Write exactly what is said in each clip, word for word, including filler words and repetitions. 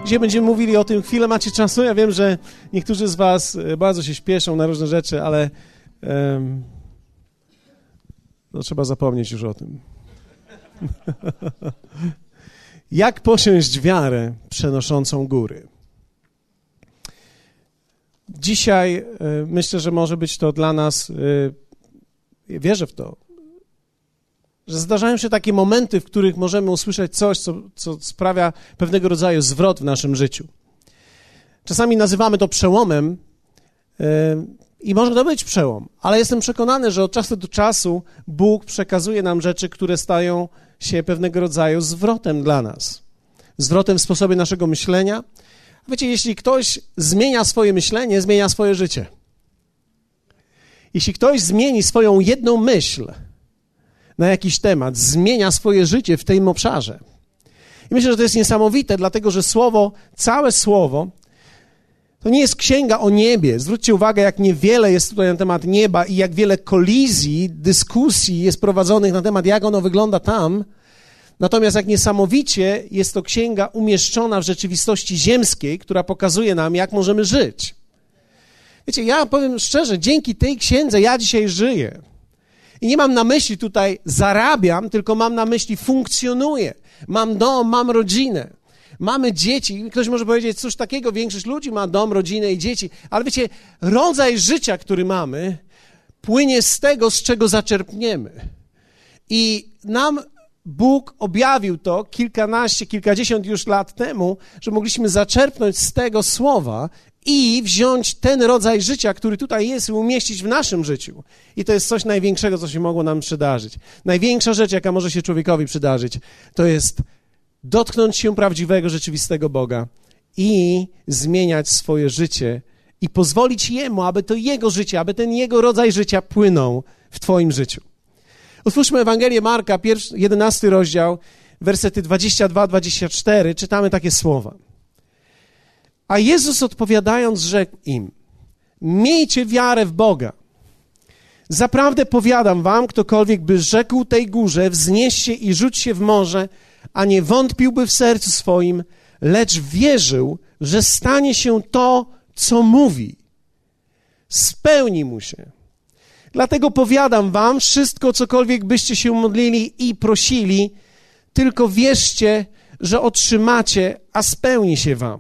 Dzisiaj będziemy mówili o tym, chwilę macie czasu. Ja wiem, że niektórzy z was bardzo się śpieszą na różne rzeczy, ale um, no, trzeba zapomnieć już o tym. Jak posiąść wiarę przenoszącą góry? Dzisiaj y, myślę, że może być to dla nas, y, wierzę w to, że zdarzają się takie momenty, w których możemy usłyszeć coś, co, co sprawia pewnego rodzaju zwrot w naszym życiu. Czasami nazywamy to przełomem yy, i może to być przełom, ale jestem przekonany, że od czasu do czasu Bóg przekazuje nam rzeczy, które stają się pewnego rodzaju zwrotem dla nas. Zwrotem w sposobie naszego myślenia. Wiecie, jeśli ktoś zmienia swoje myślenie, zmienia swoje życie. Jeśli ktoś zmieni swoją jedną myśl na jakiś temat, zmienia swoje życie w tym obszarze. I myślę, że to jest niesamowite, dlatego że słowo, całe słowo, to nie jest księga o niebie. Zwróćcie uwagę, jak niewiele jest tutaj na temat nieba i jak wiele kolizji, dyskusji jest prowadzonych na temat, jak ono wygląda tam. Natomiast jak niesamowicie jest to księga umieszczona w rzeczywistości ziemskiej, która pokazuje nam, jak możemy żyć. Wiecie, ja powiem szczerze, dzięki tej księdze ja dzisiaj żyję. I nie mam na myśli tutaj zarabiam, tylko mam na myśli funkcjonuję. Mam dom, mam rodzinę, mamy dzieci. Ktoś może powiedzieć, cóż takiego, większość ludzi ma dom, rodzinę i dzieci. Ale wiecie, rodzaj życia, który mamy, płynie z tego, z czego zaczerpniemy. I nam Bóg objawił to kilkanaście, kilkadziesiąt już lat temu, że mogliśmy zaczerpnąć z tego słowa i wziąć ten rodzaj życia, który tutaj jest, i umieścić w naszym życiu. I to jest coś największego, co się mogło nam przydarzyć. Największa rzecz, jaka może się człowiekowi przydarzyć, to jest dotknąć się prawdziwego, rzeczywistego Boga i zmieniać swoje życie i pozwolić Jemu, aby to Jego życie, aby ten Jego rodzaj życia płynął w twoim życiu. Otwórzmy Ewangelię Marka, pierwszy, jedenasty rozdział, wersety dwadzieścia dwa dwadzieścia cztery, czytamy takie słowa. A Jezus odpowiadając rzekł im, miejcie wiarę w Boga. Zaprawdę powiadam wam, ktokolwiek by rzekł tej górze, wznieś się i rzuć się w morze, a nie wątpiłby w sercu swoim, lecz wierzył, że stanie się to, co mówi. Spełni mu się. Dlatego powiadam wam, wszystko, cokolwiek byście się modlili i prosili, tylko wierzcie, że otrzymacie, a spełni się wam.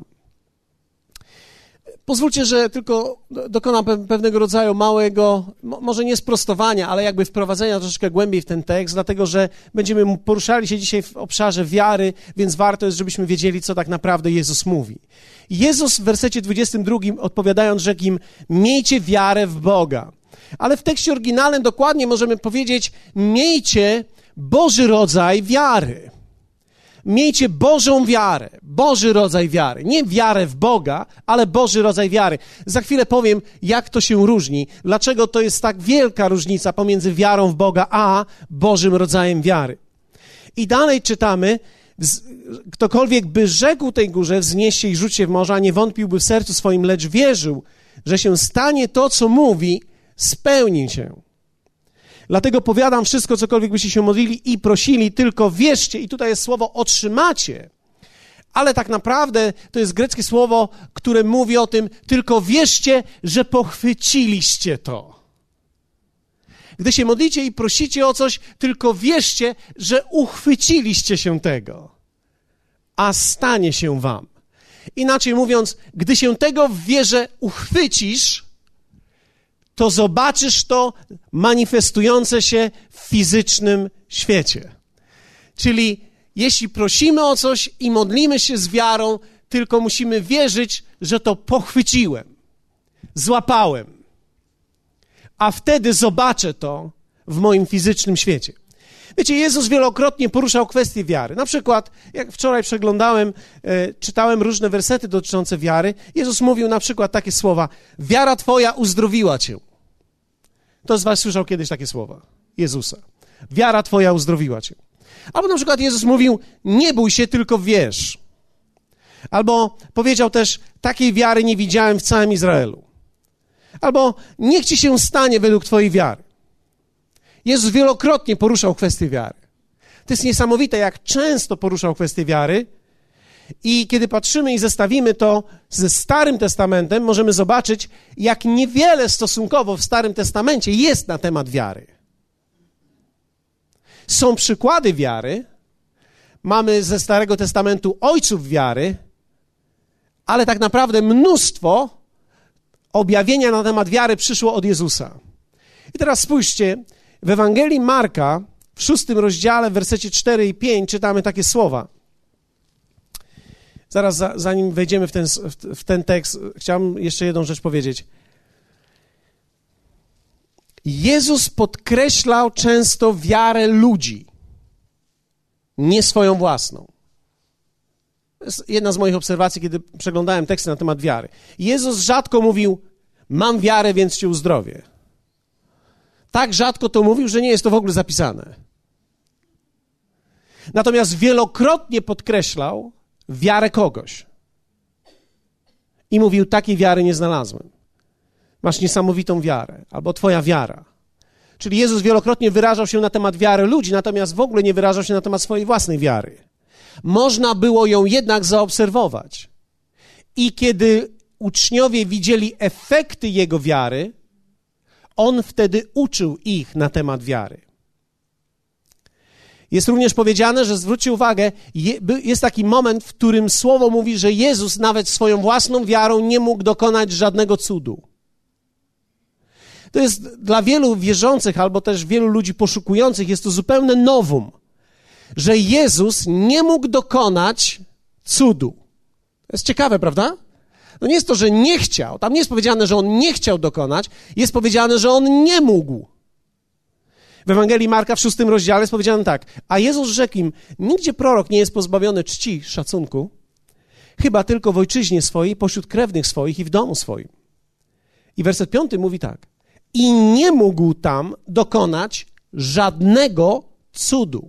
Pozwólcie, że tylko dokonam pewnego rodzaju małego, może nie sprostowania, ale jakby wprowadzenia troszeczkę głębiej w ten tekst, dlatego że będziemy poruszali się dzisiaj w obszarze wiary, więc warto jest, żebyśmy wiedzieli, co tak naprawdę Jezus mówi. Jezus w wersecie dwudziestym drugim odpowiadając rzekł im, miejcie wiarę w Boga. Ale w tekście oryginalnym dokładnie możemy powiedzieć, miejcie Boży rodzaj wiary. Miejcie Bożą wiarę, Boży rodzaj wiary. Nie wiarę w Boga, ale Boży rodzaj wiary. Za chwilę powiem, jak to się różni, dlaczego to jest tak wielka różnica pomiędzy wiarą w Boga a Bożym rodzajem wiary. I dalej czytamy, ktokolwiek by rzekł tej górze, wznieś się i rzuć się w morze, a nie wątpiłby w sercu swoim, lecz wierzył, że się stanie to, co mówi, spełni się. Dlatego powiadam wszystko, cokolwiek byście się modlili i prosili, tylko wierzcie, i tutaj jest słowo otrzymacie, ale tak naprawdę to jest greckie słowo, które mówi o tym, tylko wierzcie, że pochwyciliście to. Gdy się modlicie i prosicie o coś, tylko wierzcie, że uchwyciliście się tego, a stanie się wam. Inaczej mówiąc, gdy się tego w wierze uchwycisz, to zobaczysz to manifestujące się w fizycznym świecie. Czyli jeśli prosimy o coś i modlimy się z wiarą, tylko musimy wierzyć, że to pochwyciłem, złapałem, a wtedy zobaczę to w moim fizycznym świecie. Wiecie, Jezus wielokrotnie poruszał kwestię wiary. Na przykład, jak wczoraj przeglądałem, e, czytałem różne wersety dotyczące wiary, Jezus mówił na przykład takie słowa, wiara twoja uzdrowiła cię. Kto z was słyszał kiedyś takie słowa? Jezusa. Wiara twoja uzdrowiła cię. Albo na przykład Jezus mówił, nie bój się, tylko wierz. Albo powiedział też, takiej wiary nie widziałem w całym Izraelu. Albo niech ci się stanie według twojej wiary. Jezus wielokrotnie poruszał kwestię wiary. To jest niesamowite, jak często poruszał kwestię wiary I kiedy patrzymy i zestawimy to ze Starym Testamentem, możemy zobaczyć, jak niewiele stosunkowo w Starym Testamencie jest na temat wiary. Są przykłady wiary, mamy ze Starego Testamentu ojców wiary, ale tak naprawdę mnóstwo objawienia na temat wiary przyszło od Jezusa. I teraz spójrzcie, w Ewangelii Marka, w szóstym rozdziale, w wersecie cztery i pięć czytamy takie słowa. Zaraz, za, zanim wejdziemy w ten, w ten tekst, chciałem jeszcze jedną rzecz powiedzieć. Jezus podkreślał często wiarę ludzi, nie swoją własną. To jest jedna z moich obserwacji, kiedy przeglądałem teksty na temat wiary. Jezus rzadko mówił, mam wiarę, więc cię uzdrowię. Tak rzadko to mówił, że nie jest to w ogóle zapisane. Natomiast wielokrotnie podkreślał wiarę kogoś. I mówił, takiej wiary nie znalazłem. Masz niesamowitą wiarę, albo twoja wiara. Czyli Jezus wielokrotnie wyrażał się na temat wiary ludzi, natomiast w ogóle nie wyrażał się na temat swojej własnej wiary. Można było ją jednak zaobserwować. I kiedy uczniowie widzieli efekty Jego wiary, On wtedy uczył ich na temat wiary. Jest również powiedziane, że zwróćcie uwagę, jest taki moment, w którym Słowo mówi, że Jezus nawet swoją własną wiarą nie mógł dokonać żadnego cudu. To jest dla wielu wierzących, albo też wielu ludzi poszukujących, jest to zupełne novum, że Jezus nie mógł dokonać cudu. To jest ciekawe, prawda? No nie jest to, że nie chciał. Tam nie jest powiedziane, że On nie chciał dokonać. Jest powiedziane, że On nie mógł. W Ewangelii Marka w szóstym rozdziale jest powiedziane tak. A Jezus rzekł im, nigdzie prorok nie jest pozbawiony czci, szacunku, chyba tylko w ojczyźnie swojej, pośród krewnych swoich i w domu swoim. I werset piąty mówi tak. I nie mógł tam dokonać żadnego cudu.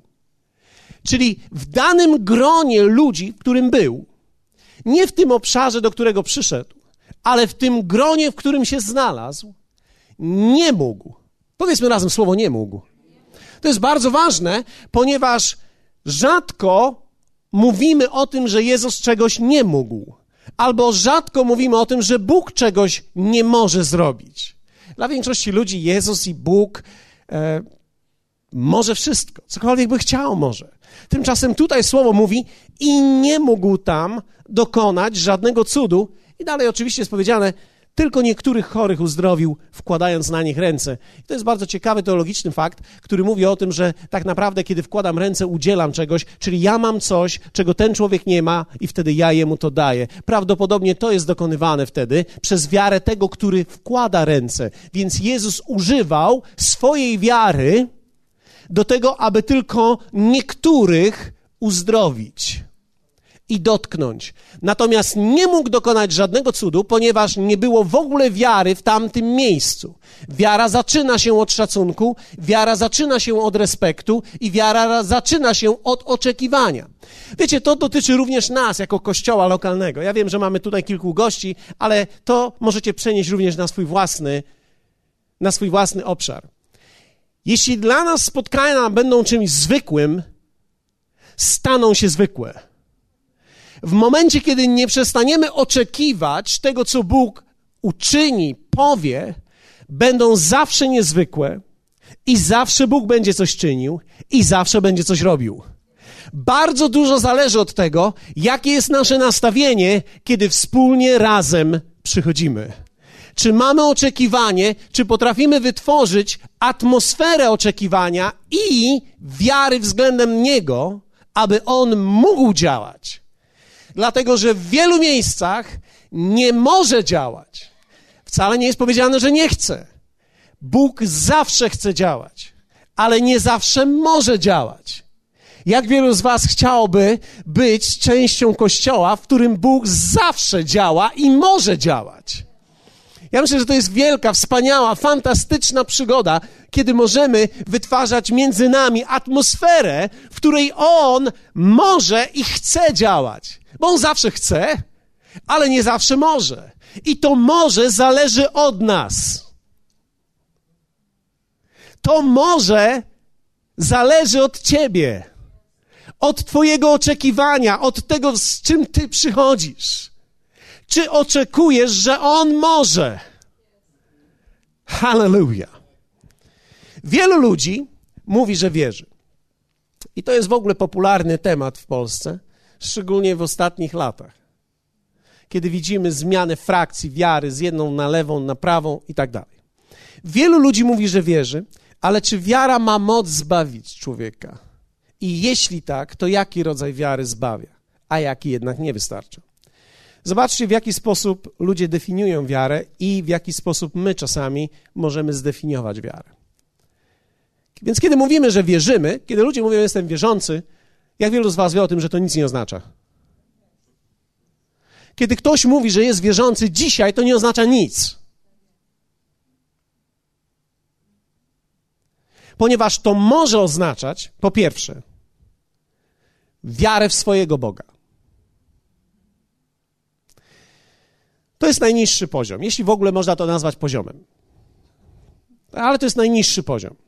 Czyli w danym gronie ludzi, w którym był, nie w tym obszarze, do którego przyszedł, ale w tym gronie, w którym się znalazł, nie mógł. Powiedzmy razem słowo nie mógł. To jest bardzo ważne, ponieważ rzadko mówimy o tym, że Jezus czegoś nie mógł. Albo rzadko mówimy o tym, że Bóg czegoś nie może zrobić. Dla większości ludzi Jezus i Bóg e, może wszystko. Cokolwiek by chciał, może. Tymczasem tutaj słowo mówi i nie mógł tam dokonać żadnego cudu. I dalej oczywiście jest powiedziane, tylko niektórych chorych uzdrowił, wkładając na nich ręce. I to jest bardzo ciekawy teologiczny fakt, który mówi o tym, że tak naprawdę, kiedy wkładam ręce, udzielam czegoś, czyli ja mam coś, czego ten człowiek nie ma i wtedy ja jemu to daję. Prawdopodobnie to jest dokonywane wtedy przez wiarę tego, który wkłada ręce. Więc Jezus używał swojej wiary do tego, aby tylko niektórych uzdrowić i dotknąć. Natomiast nie mógł dokonać żadnego cudu, ponieważ nie było w ogóle wiary w tamtym miejscu. Wiara zaczyna się od szacunku, wiara zaczyna się od respektu i wiara zaczyna się od oczekiwania. Wiecie, to dotyczy również nas jako kościoła lokalnego. Ja wiem, że mamy tutaj kilku gości, ale to możecie przenieść również na swój własny, na swój własny obszar. Jeśli dla nas spotkania będą czymś zwykłym, staną się zwykłe. W momencie, kiedy nie przestaniemy oczekiwać tego, co Bóg uczyni, powie, będą zawsze niezwykłe i zawsze Bóg będzie coś czynił i zawsze będzie coś robił. Bardzo dużo zależy od tego, jakie jest nasze nastawienie, kiedy wspólnie razem przychodzimy. Czy mamy oczekiwanie, czy potrafimy wytworzyć atmosferę oczekiwania i wiary względem Niego, aby On mógł działać. Dlatego, że w wielu miejscach nie może działać. Wcale nie jest powiedziane, że nie chce. Bóg zawsze chce działać, ale nie zawsze może działać. Jak wielu z was chciałoby być częścią Kościoła, w którym Bóg zawsze działa i może działać? Ja myślę, że to jest wielka, wspaniała, fantastyczna przygoda, kiedy możemy wytwarzać między nami atmosferę, w której On może i chce działać. Bo On zawsze chce, ale nie zawsze może. I to może zależy od nas. To może zależy od ciebie. od twojego oczekiwania, od tego, z czym ty przychodzisz. Czy oczekujesz, że On może? Hallelujah. Wielu ludzi mówi, że wierzy. I to jest w ogóle popularny temat w Polsce, szczególnie w ostatnich latach, kiedy widzimy zmianę frakcji wiary z jedną na lewą, na prawą i tak dalej. Wielu ludzi mówi, że wierzy, ale czy wiara ma moc zbawić człowieka? I jeśli tak, to jaki rodzaj wiary zbawia, a jaki jednak nie wystarcza? Zobaczcie, w jaki sposób ludzie definiują wiarę i w jaki sposób my czasami możemy zdefiniować wiarę. Więc kiedy mówimy, że wierzymy, kiedy ludzie mówią, jestem wierzący, jak wielu z was wie o tym, że to nic nie oznacza? Kiedy ktoś mówi, że jest wierzący dzisiaj, to nie oznacza nic. Ponieważ to może oznaczać, po pierwsze, wiarę w swojego Boga. To jest najniższy poziom, jeśli w ogóle można to nazwać poziomem. Ale to jest najniższy poziom.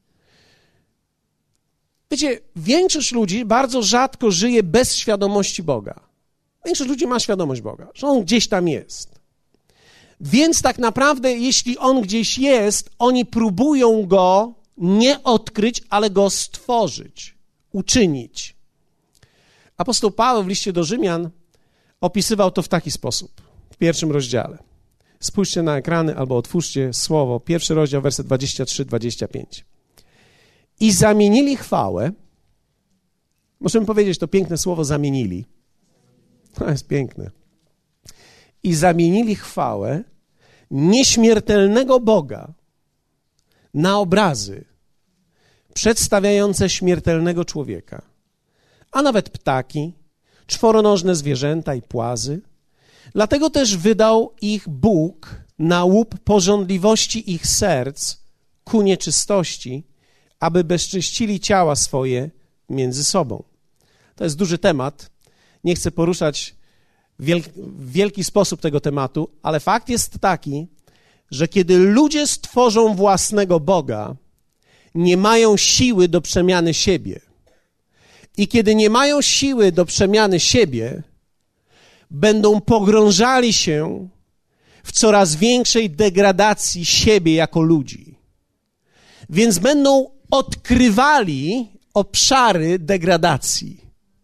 Wiecie, większość ludzi bardzo rzadko żyje bez świadomości Boga. Większość ludzi ma świadomość Boga, że On gdzieś tam jest. Więc tak naprawdę, jeśli On gdzieś jest, oni próbują Go nie odkryć, ale Go stworzyć, uczynić. Apostoł Paweł w liście do Rzymian opisywał to w taki sposób, w pierwszym rozdziale. Spójrzcie na ekrany albo otwórzcie słowo, pierwszy rozdział, werset dwadzieścia trzy dwadzieścia pięć. I zamienili chwałę, możemy powiedzieć to piękne słowo zamienili, to jest piękne. I zamienili chwałę nieśmiertelnego Boga na obrazy przedstawiające śmiertelnego człowieka, a nawet ptaki, czworonożne zwierzęta i płazy. Dlatego też wydał ich Bóg na łup pożądliwości ich serc ku nieczystości, aby bezczyścili ciała swoje między sobą. To jest duży temat. Nie chcę poruszać w wielki, w wielki sposób tego tematu, ale fakt jest taki, że kiedy ludzie stworzą własnego Boga, nie mają siły do przemiany siebie. I kiedy nie mają siły do przemiany siebie, będą pogrążali się w coraz większej degradacji siebie jako ludzi. Więc będą odkrywali obszary degradacji.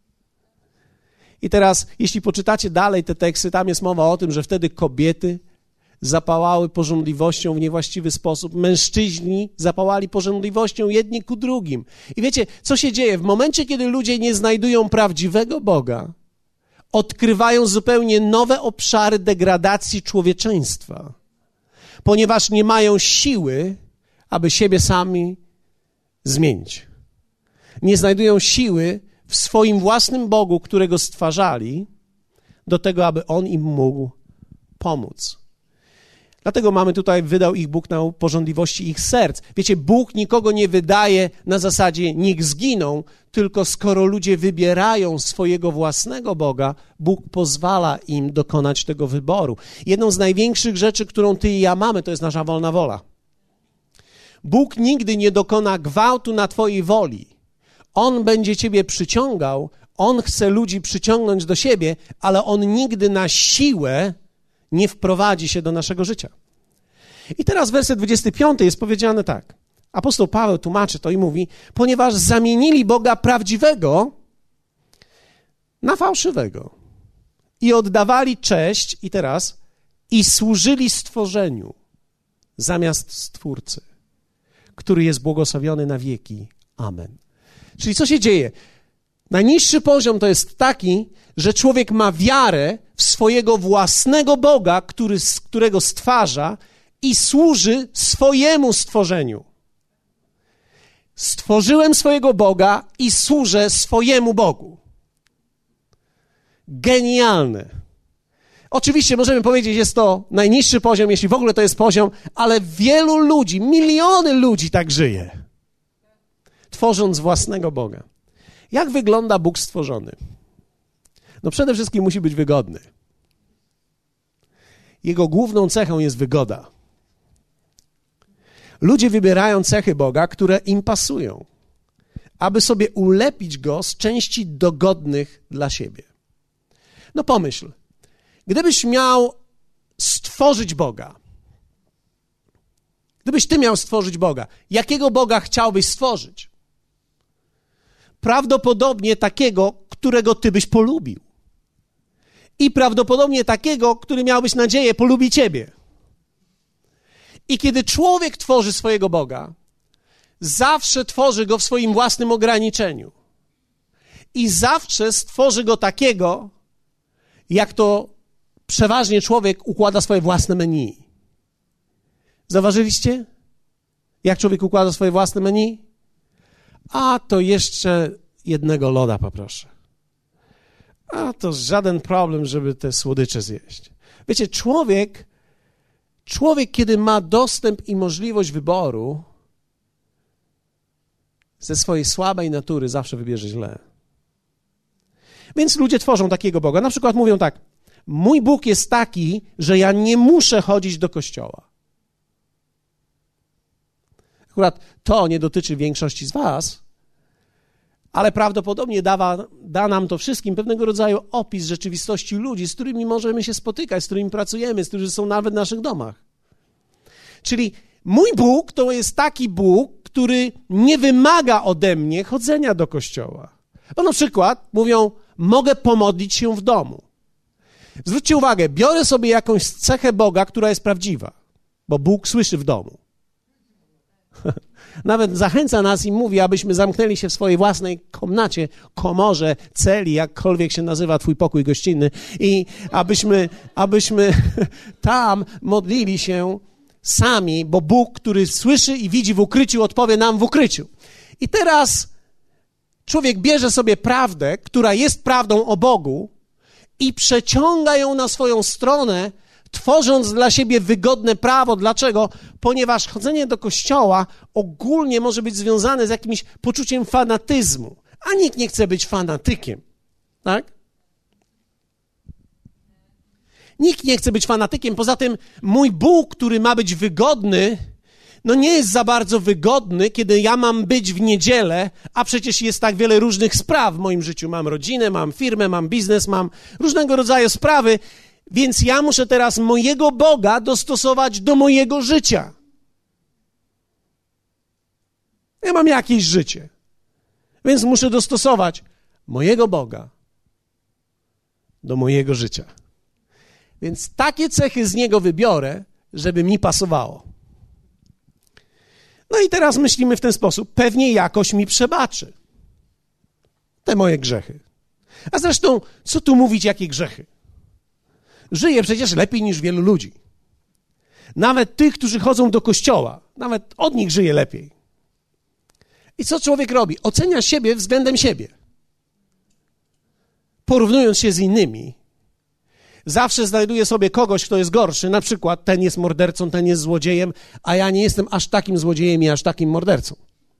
I teraz, jeśli poczytacie dalej te teksty, tam jest mowa o tym, że wtedy kobiety zapałały pożądliwością w niewłaściwy sposób, mężczyźni zapałali pożądliwością jedni ku drugim. I wiecie, co się dzieje? W momencie, kiedy ludzie nie znajdują prawdziwego Boga, odkrywają zupełnie nowe obszary degradacji człowieczeństwa, ponieważ nie mają siły, aby siebie sami zmienić. Nie znajdują siły w swoim własnym Bogu, którego stwarzali, do tego, aby On im mógł pomóc. Dlatego mamy tutaj, wydał ich Bóg na pożądliwości ich serc. Wiecie, Bóg nikogo nie wydaje na zasadzie niech zginą, tylko skoro ludzie wybierają swojego własnego Boga, Bóg pozwala im dokonać tego wyboru. Jedną z największych rzeczy, którą ty i ja mamy, to jest nasza wolna wola. Bóg nigdy nie dokona gwałtu na twojej woli. On będzie ciebie przyciągał, On chce ludzi przyciągnąć do siebie, ale On nigdy na siłę nie wprowadzi się do naszego życia. I teraz werset dwudziesty piąty jest powiedziane tak. Apostoł Paweł tłumaczy to i mówi, ponieważ zamienili Boga prawdziwego na fałszywego i oddawali cześć, i teraz, i służyli stworzeniu zamiast Stwórcy, który jest błogosławiony na wieki. Amen. Czyli co się dzieje? Najniższy poziom to jest taki, że człowiek ma wiarę w swojego własnego Boga, który, którego stwarza i służy swojemu stworzeniu. Stworzyłem swojego Boga i służę swojemu Bogu. Genialne. Oczywiście możemy powiedzieć, jest to najniższy poziom, jeśli w ogóle to jest poziom, ale wielu ludzi, miliony ludzi tak żyje, tworząc własnego Boga. Jak wygląda Bóg stworzony? No przede wszystkim musi być wygodny. Jego główną cechą jest wygoda. Ludzie wybierają cechy Boga, które im pasują. aby sobie ulepić go z części dogodnych dla siebie. No pomyśl, gdybyś miał stworzyć Boga, gdybyś ty miał stworzyć Boga, jakiego Boga chciałbyś stworzyć? Prawdopodobnie takiego, którego ty byś polubił. I prawdopodobnie takiego, który miałbyś nadzieję polubi ciebie. I kiedy człowiek tworzy swojego Boga, zawsze tworzy go w swoim własnym ograniczeniu. I zawsze stworzy go takiego, jak to przeważnie człowiek układa swoje własne menu. Zauważyliście, jak człowiek układa swoje własne menu? A to jeszcze jednego loda poproszę. A to żaden problem, żeby te słodycze zjeść. Wiecie, człowiek, człowiek, kiedy ma dostęp i możliwość wyboru, ze swojej słabej natury zawsze wybierze źle. Więc ludzie tworzą takiego Boga. Na przykład mówią tak, mój Bóg jest taki, że ja nie muszę chodzić do kościoła. Akurat to nie dotyczy większości z was, ale prawdopodobnie da, da nam to wszystkim pewnego rodzaju opis rzeczywistości ludzi, z którymi możemy się spotykać, z którymi pracujemy, z którymi są nawet w naszych domach. Czyli mój Bóg to jest taki Bóg, który nie wymaga ode mnie chodzenia do kościoła. Bo na przykład mówią, mogę pomodlić się w domu. Zwróćcie uwagę, biorę sobie jakąś cechę Boga, która jest prawdziwa, bo Bóg słyszy w domu. Nawet zachęca nas i mówi, abyśmy zamknęli się w swojej własnej komnacie, komorze, celi, jakkolwiek się nazywa twój pokój gościnny i abyśmy, abyśmy tam modlili się sami, bo Bóg, który słyszy i widzi w ukryciu, odpowie nam w ukryciu. I teraz człowiek bierze sobie prawdę, która jest prawdą o Bogu i przeciąga ją na swoją stronę, tworząc dla siebie wygodne prawo. Dlaczego? Ponieważ chodzenie do kościoła ogólnie może być związane z jakimś poczuciem fanatyzmu, a nikt nie chce być fanatykiem, tak? Nikt nie chce być fanatykiem. Poza tym mój Bóg, który ma być wygodny, no nie jest za bardzo wygodny, kiedy ja mam być w niedzielę, a przecież jest tak wiele różnych spraw w moim życiu. Mam rodzinę, mam firmę, mam biznes, mam różnego rodzaju sprawy, więc ja muszę teraz mojego Boga dostosować do mojego życia. Ja mam jakieś życie, więc muszę dostosować mojego Boga do mojego życia. Więc takie cechy z Niego wybiorę, żeby mi pasowało. No i teraz myślimy w ten sposób, pewnie jakoś mi przebaczy te moje grzechy. A zresztą, co tu mówić, jakie grzechy? Żyję przecież lepiej niż wielu ludzi. Nawet tych, którzy chodzą do kościoła, nawet od nich żyje lepiej. I co człowiek robi? Ocenia siebie względem siebie. Porównując się z innymi, zawsze znajduje sobie kogoś, kto jest gorszy. Na przykład ten jest mordercą, ten jest złodziejem, a ja nie jestem aż takim złodziejem i aż takim mordercą.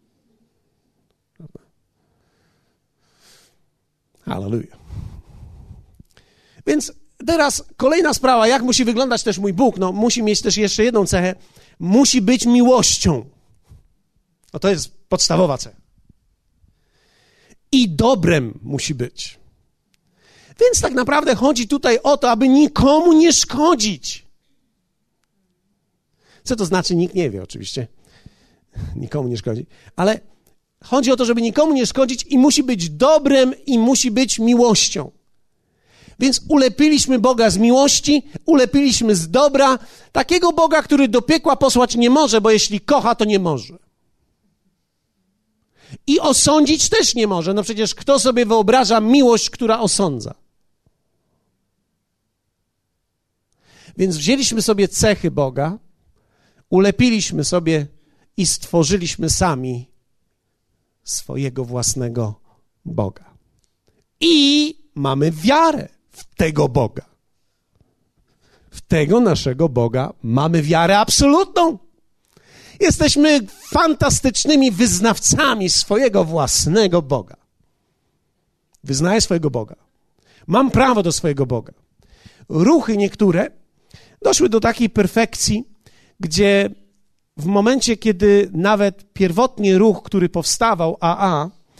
Hallelujah. Więc teraz kolejna sprawa, jak musi wyglądać też mój Bóg? No, musi mieć też jeszcze jedną cechę. Musi być miłością. No to jest podstawowa cecha. I dobrem musi być. Więc tak naprawdę chodzi tutaj o to, aby nikomu nie szkodzić. Co to znaczy? Nikt nie wie oczywiście. Nikomu nie szkodzi. Ale chodzi o to, żeby nikomu nie szkodzić i musi być dobrem i musi być miłością. Więc ulepiliśmy Boga z miłości, ulepiliśmy z dobra, takiego Boga, który do piekła posłać nie może, bo jeśli kocha, to nie może. I osądzić też nie może. No przecież kto sobie wyobraża miłość, która osądza? Więc wzięliśmy sobie cechy Boga, ulepiliśmy sobie i stworzyliśmy sami swojego własnego Boga. I mamy wiarę w tego Boga. W tego naszego Boga mamy wiarę absolutną. Jesteśmy fantastycznymi wyznawcami swojego własnego Boga. Wyznaję swojego Boga. Mam prawo do swojego Boga. Ruchy niektóre doszły do takiej perfekcji, gdzie w momencie, kiedy nawet pierwotnie ruch, który powstawał, A A,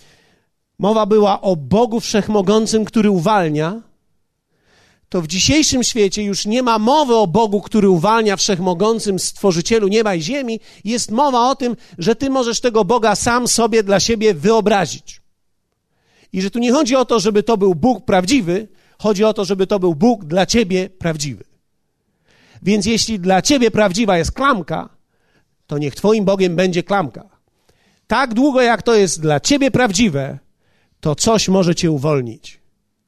mowa była o Bogu Wszechmogącym, który uwalnia, to w dzisiejszym świecie już nie ma mowy o Bogu, który uwalnia, Wszechmogącym, Stworzycielu nieba i ziemi. Jest mowa o tym, że ty możesz tego Boga sam sobie dla siebie wyobrazić. I że tu nie chodzi o to, żeby to był Bóg prawdziwy, chodzi o to, żeby to był Bóg dla ciebie prawdziwy. Więc jeśli dla ciebie prawdziwa jest klamka, to niech twoim Bogiem będzie klamka. Tak długo, jak to jest dla ciebie prawdziwe, to coś może cię uwolnić.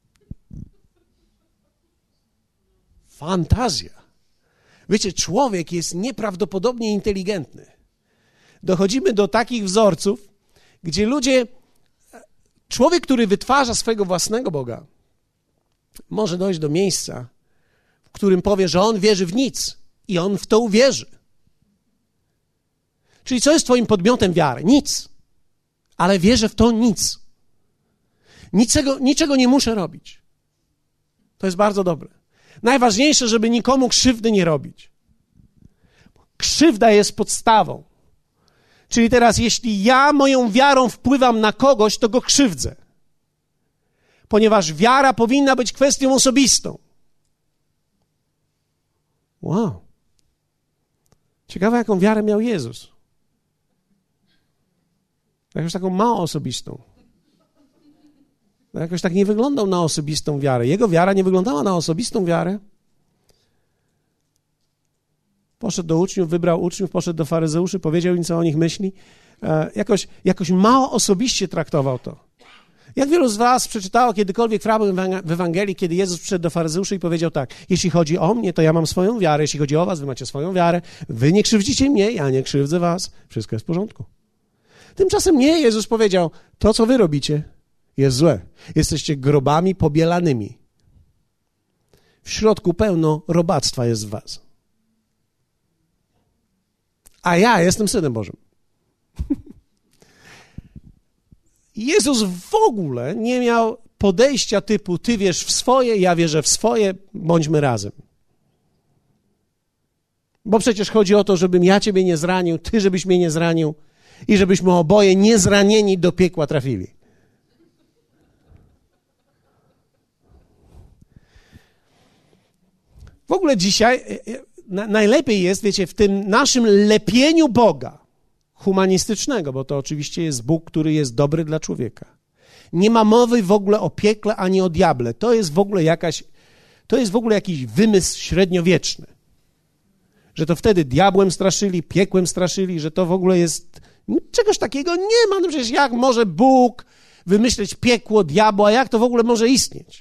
Fantazja. Wiecie, człowiek jest nieprawdopodobnie inteligentny. Dochodzimy do takich wzorców, gdzie ludzie, człowiek, który wytwarza swojego własnego Boga, może dojść do miejsca, w którym powie, że on wierzy w nic i on w to uwierzy. Czyli co jest twoim podmiotem wiary? Nic. Ale wierzę w to nic. Niczego, niczego nie muszę robić. To jest bardzo dobre. Najważniejsze, żeby nikomu krzywdy nie robić. Krzywda jest podstawą. Czyli teraz, jeśli ja moją wiarą wpływam na kogoś, to go krzywdzę. Ponieważ wiara powinna być kwestią osobistą. Wow. Ciekawe, jaką wiarę miał Jezus. Jakąś taką mało osobistą. Jakoś tak nie wyglądał na osobistą wiarę. Jego wiara nie wyglądała na osobistą wiarę. Poszedł do uczniów, wybrał uczniów, poszedł do faryzeuszy, powiedział im, co o nich myśli. E, jakoś, jakoś mało osobiście traktował to. Jak wielu z was przeczytało kiedykolwiek fragment w Ewangelii, kiedy Jezus przyszedł do faryzeuszy i powiedział tak: jeśli chodzi o mnie, to ja mam swoją wiarę, jeśli chodzi o was, wy macie swoją wiarę, wy nie krzywdzicie mnie, ja nie krzywdzę was, wszystko jest w porządku. Tymczasem nie, Jezus powiedział, to co wy robicie jest złe. Jesteście grobami pobielanymi. W środku pełno robactwa jest w was. A ja jestem Synem Bożym. Jezus w ogóle nie miał podejścia typu ty wierz w swoje, ja wierzę w swoje, bądźmy razem. Bo przecież chodzi o to, żebym ja ciebie nie zranił, ty żebyś mnie nie zranił i żebyśmy oboje niezranieni do piekła trafili. W ogóle dzisiaj na, najlepiej jest, wiecie, w tym naszym lepieniu Boga humanistycznego, bo to oczywiście jest Bóg, który jest dobry dla człowieka. Nie ma mowy w ogóle o piekle ani o diable. To jest w ogóle jakaś, to jest w ogóle jakiś wymysł średniowieczny. Że to wtedy diabłem straszyli, piekłem straszyli, że to w ogóle jest... Czegoś takiego nie ma. No przecież jak może Bóg wymyśleć piekło, diabła, jak to w ogóle może istnieć?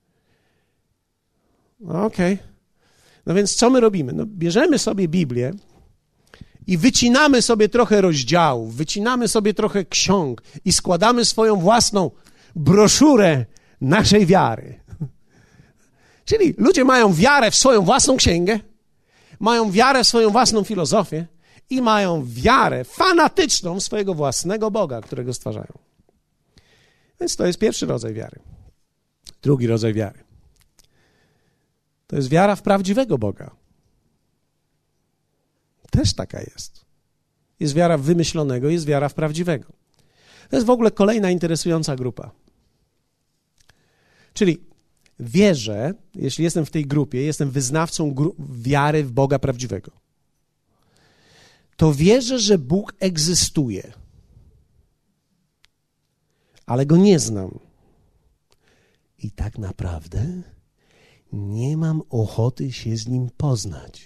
Okej. Okay. No więc co my robimy? No bierzemy sobie Biblię i wycinamy sobie trochę rozdziałów, wycinamy sobie trochę ksiąg i składamy swoją własną broszurę naszej wiary. Czyli ludzie mają wiarę w swoją własną księgę, mają wiarę w swoją własną filozofię i mają wiarę fanatyczną w swojego własnego Boga, którego stwarzają. Więc to jest pierwszy rodzaj wiary. Drugi rodzaj wiary. To jest wiara w prawdziwego Boga. Też taka jest. Jest wiara w wymyślonego, jest wiara w prawdziwego. To jest w ogóle kolejna interesująca grupa. Czyli wierzę, jeśli jestem w tej grupie, jestem wyznawcą gru- wiary w Boga prawdziwego, to wierzę, że Bóg egzystuje, ale Go nie znam. I tak naprawdę nie mam ochoty się z Nim poznać.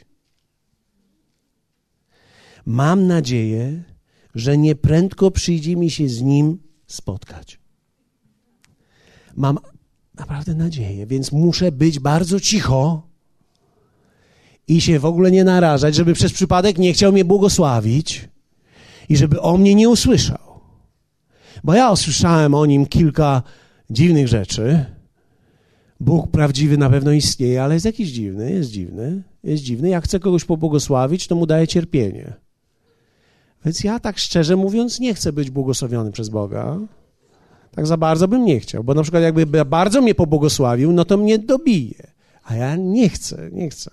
Mam nadzieję, że nieprędko przyjdzie mi się z Nim spotkać. Mam naprawdę nadzieję, więc muszę być bardzo cicho i się w ogóle nie narażać, żeby przez przypadek nie chciał mnie błogosławić i żeby o mnie nie usłyszał. Bo ja usłyszałem o Nim kilka dziwnych rzeczy. Bóg prawdziwy na pewno istnieje, ale jest jakiś dziwny, jest dziwny, jest dziwny. Jak chcę kogoś pobłogosławić, to mu daję cierpienie. Więc ja tak szczerze mówiąc nie chcę być błogosławiony przez Boga. Tak za bardzo bym nie chciał, bo na przykład jakby bardzo mnie pobłogosławił, no to mnie dobije. A ja nie chcę, nie chcę.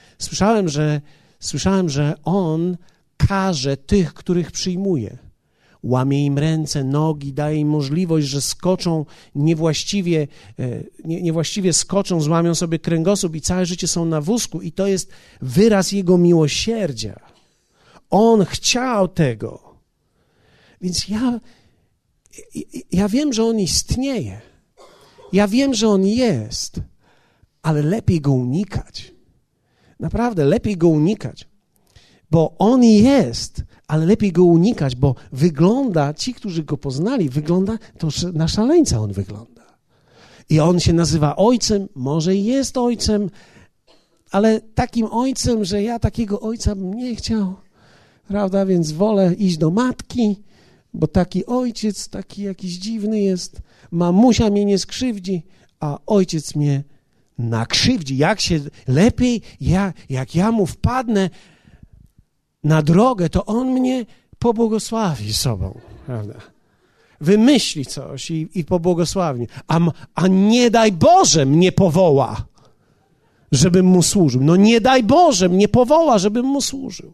Słyszałem, że, słyszałem, że On karze tych, których przyjmuje. łamie im ręce, nogi, daje im możliwość, że skoczą niewłaściwie, nie, niewłaściwie skoczą, złamią sobie kręgosłup i całe życie są na wózku i to jest wyraz Jego miłosierdzia. On chciał tego. Więc ja, ja wiem, że On istnieje. Ja wiem, że On jest, ale lepiej Go unikać. Naprawdę, lepiej Go unikać. Bo On jest, ale lepiej Go unikać, bo wygląda, ci, którzy Go poznali, wygląda, to na szaleńca On wygląda. I On się nazywa Ojcem, może i jest Ojcem, ale takim Ojcem, że ja takiego Ojca bym nie chciał, prawda, więc wolę iść do matki, bo taki ojciec, taki jakiś dziwny jest, mamusia mnie nie skrzywdzi, a ojciec mnie nakrzywdzi. Jak się lepiej, ja, jak ja mu wpadnę na drogę, to on mnie pobłogosławi sobą, prawda? Wymyśli coś i, i pobłogosławi. A, a nie daj Boże mnie powoła, żebym mu służył. No nie daj Boże mnie powoła, żebym mu służył.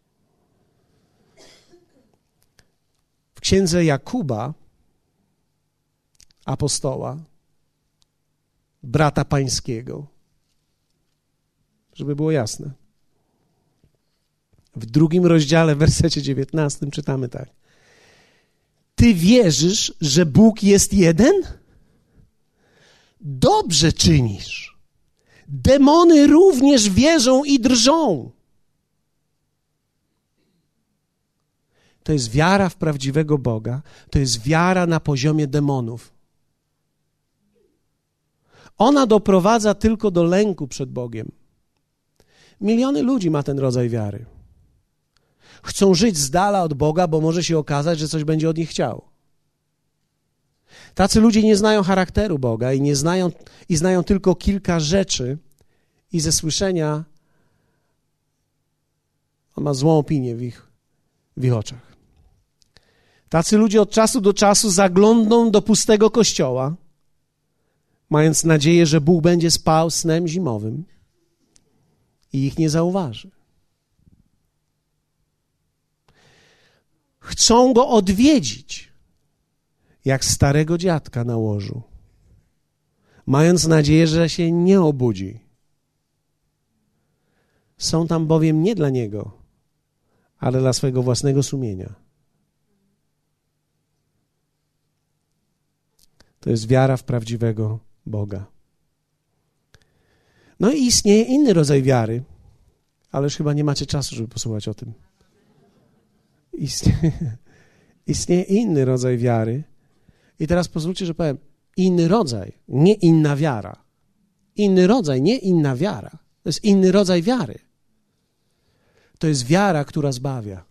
W księdze Jakuba, apostoła, brata pańskiego, żeby było jasne, w drugim rozdziale, w wersecie dziewiętnastym czytamy tak. Ty wierzysz, że Bóg jest jeden? Dobrze czynisz. Demony również wierzą i drżą. To jest wiara w prawdziwego Boga. To jest wiara na poziomie demonów. Ona doprowadza tylko do lęku przed Bogiem. Miliony ludzi ma ten rodzaj wiary. Chcą żyć z dala od Boga, bo może się okazać, że coś będzie od nich chciał. Tacy ludzie nie znają charakteru Boga i nie znają, i znają tylko kilka rzeczy i ze słyszenia on ma złą opinię w ich, w ich oczach. Tacy ludzie od czasu do czasu zaglądną do pustego kościoła, mając nadzieję, że Bóg będzie spał snem zimowym i ich nie zauważy. Chcą Go odwiedzić, jak starego dziadka na łożu, mając nadzieję, że się nie obudzi. Są tam bowiem nie dla Niego, ale dla swojego własnego sumienia. To jest wiara w prawdziwego Boga. No i istnieje inny rodzaj wiary, ale już chyba nie macie czasu, żeby posłuchać o tym. Istnieje, istnieje inny rodzaj wiary. I teraz pozwólcie, że powiem, inny rodzaj, nie inna wiara. Inny rodzaj, nie inna wiara. To jest inny rodzaj wiary. To jest wiara, która zbawia.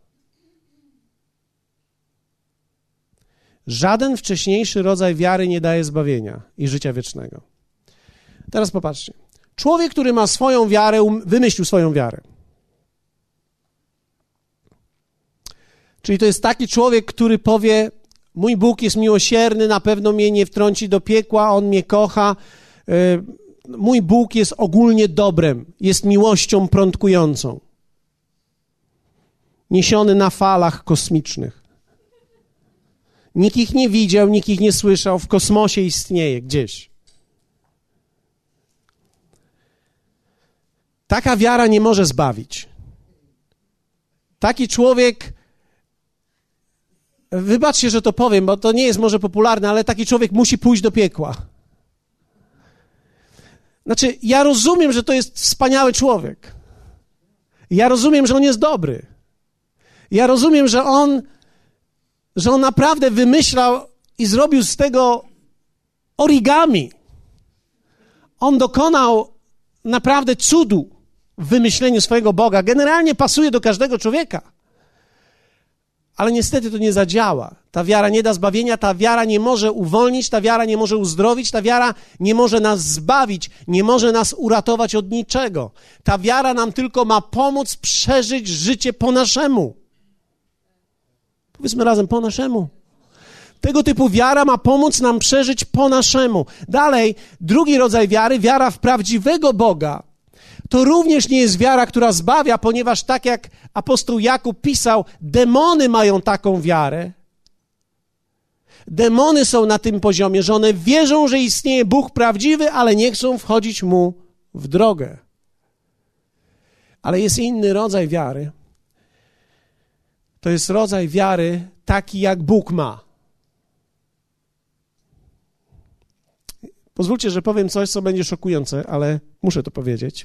Żaden wcześniejszy rodzaj wiary nie daje zbawienia i życia wiecznego. Teraz popatrzcie. Człowiek, który ma swoją wiarę, wymyślił swoją wiarę. Czyli to jest taki człowiek, który powie, mój Bóg jest miłosierny, na pewno mnie nie wtrąci do piekła, On mnie kocha. Mój Bóg jest ogólnie dobrem, jest miłością prądkującą. Niesiony na falach kosmicznych. Nikt ich nie widział, nikt ich nie słyszał, w kosmosie istnieje gdzieś. Taka wiara nie może zbawić. Taki człowiek, wybaczcie, że to powiem, bo to nie jest może popularne, ale taki człowiek musi pójść do piekła. Znaczy, ja rozumiem, że to jest wspaniały człowiek. Ja rozumiem, że on jest dobry. Ja rozumiem, że on, że on naprawdę wymyślał i zrobił z tego origami. On dokonał naprawdę cudu w wymyśleniu swojego Boga. Generalnie pasuje do każdego człowieka. Ale niestety to nie zadziała. Ta wiara nie da zbawienia, ta wiara nie może uwolnić, ta wiara nie może uzdrowić, ta wiara nie może nas zbawić, nie może nas uratować od niczego. Ta wiara nam tylko ma pomóc przeżyć życie po naszemu. Powiedzmy razem, po naszemu. Tego typu wiara ma pomóc nam przeżyć po naszemu. Dalej, drugi rodzaj wiary, wiara w prawdziwego Boga. To również nie jest wiara, która zbawia, ponieważ tak jak apostoł Jakub pisał, demony mają taką wiarę, Demony są na tym poziomie, że one wierzą, że istnieje Bóg prawdziwy, ale nie chcą wchodzić Mu w drogę. Ale jest inny rodzaj wiary. To jest rodzaj wiary taki, jak Bóg ma. Pozwólcie, że powiem coś, co będzie szokujące, ale muszę to powiedzieć.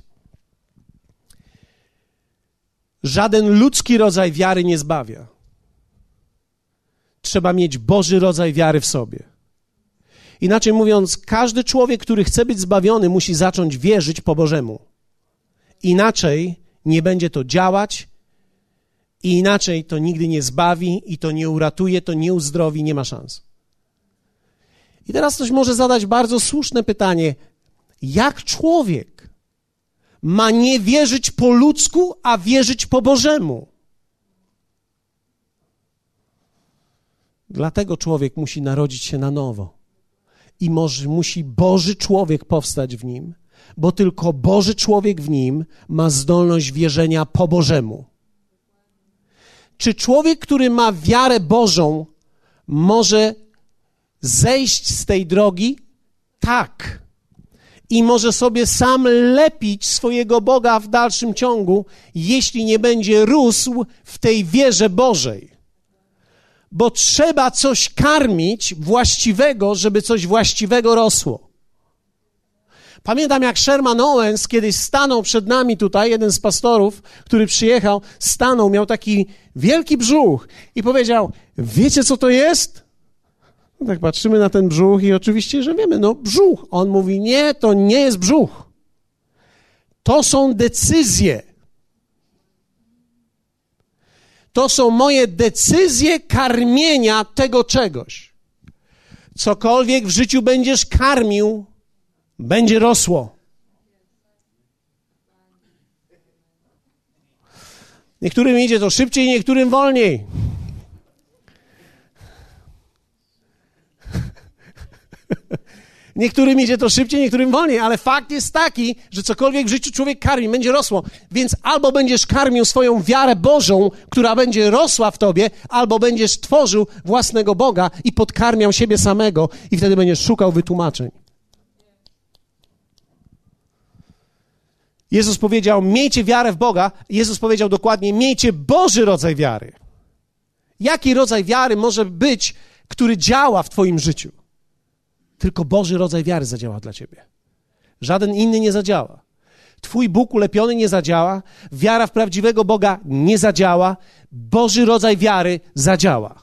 Żaden ludzki rodzaj wiary nie zbawia. Trzeba mieć Boży rodzaj wiary w sobie. Inaczej mówiąc, każdy człowiek, który chce być zbawiony, musi zacząć wierzyć po Bożemu. Inaczej nie będzie to działać i inaczej to nigdy nie zbawi i to nie uratuje, to nie uzdrowi, nie ma szans. I teraz ktoś może zadać bardzo słuszne pytanie. Jak człowiek ma nie wierzyć po ludzku, a wierzyć po Bożemu? Dlatego człowiek musi narodzić się na nowo. I może, musi Boży człowiek powstać w nim, bo tylko Boży człowiek w nim ma zdolność wierzenia po Bożemu. Czy człowiek, który ma wiarę Bożą, może zejść z tej drogi? Tak. I może sobie sam lepić swojego Boga w dalszym ciągu, jeśli nie będzie rósł w tej wierze Bożej. Bo trzeba coś karmić właściwego, żeby coś właściwego rosło. Pamiętam, jak Sherman Owens kiedyś stanął przed nami tutaj, jeden z pastorów, który przyjechał, stanął, miał taki wielki brzuch i powiedział, wiecie co to jest? No tak patrzymy na ten brzuch i oczywiście, że wiemy, no brzuch. On mówi, nie, to nie jest brzuch. To są decyzje. To są moje decyzje karmienia tego czegoś. Cokolwiek w życiu będziesz karmił, będzie rosło. Niektórym idzie to szybciej, niektórym wolniej. Niektórym idzie to szybciej, niektórym wolniej, ale fakt jest taki, że cokolwiek w życiu człowiek karmi, będzie rosło. Więc albo będziesz karmił swoją wiarę Bożą, która będzie rosła w tobie, albo będziesz tworzył własnego Boga i podkarmiał siebie samego i wtedy będziesz szukał wytłumaczeń. Jezus powiedział, miejcie wiarę w Boga. Jezus powiedział dokładnie, miejcie Boży rodzaj wiary. Jaki rodzaj wiary może być, który działa w twoim życiu? Tylko Boży rodzaj wiary zadziała dla ciebie. Żaden inny nie zadziała. Twój Bóg ulepiony nie zadziała, wiara w prawdziwego Boga nie zadziała, Boży rodzaj wiary zadziała.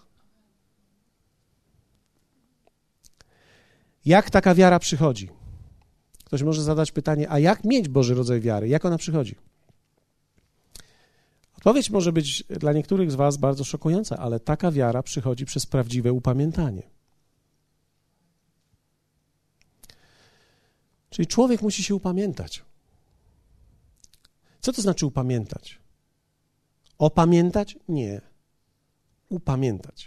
Jak taka wiara przychodzi? Ktoś może zadać pytanie, a jak mieć Boży rodzaj wiary? Jak ona przychodzi? Odpowiedź może być dla niektórych z was bardzo szokująca, ale taka wiara przychodzi przez prawdziwe upamiętanie. Czyli człowiek musi się upamiętać. Co to znaczy upamiętać? Opamiętać? Nie. Upamiętać.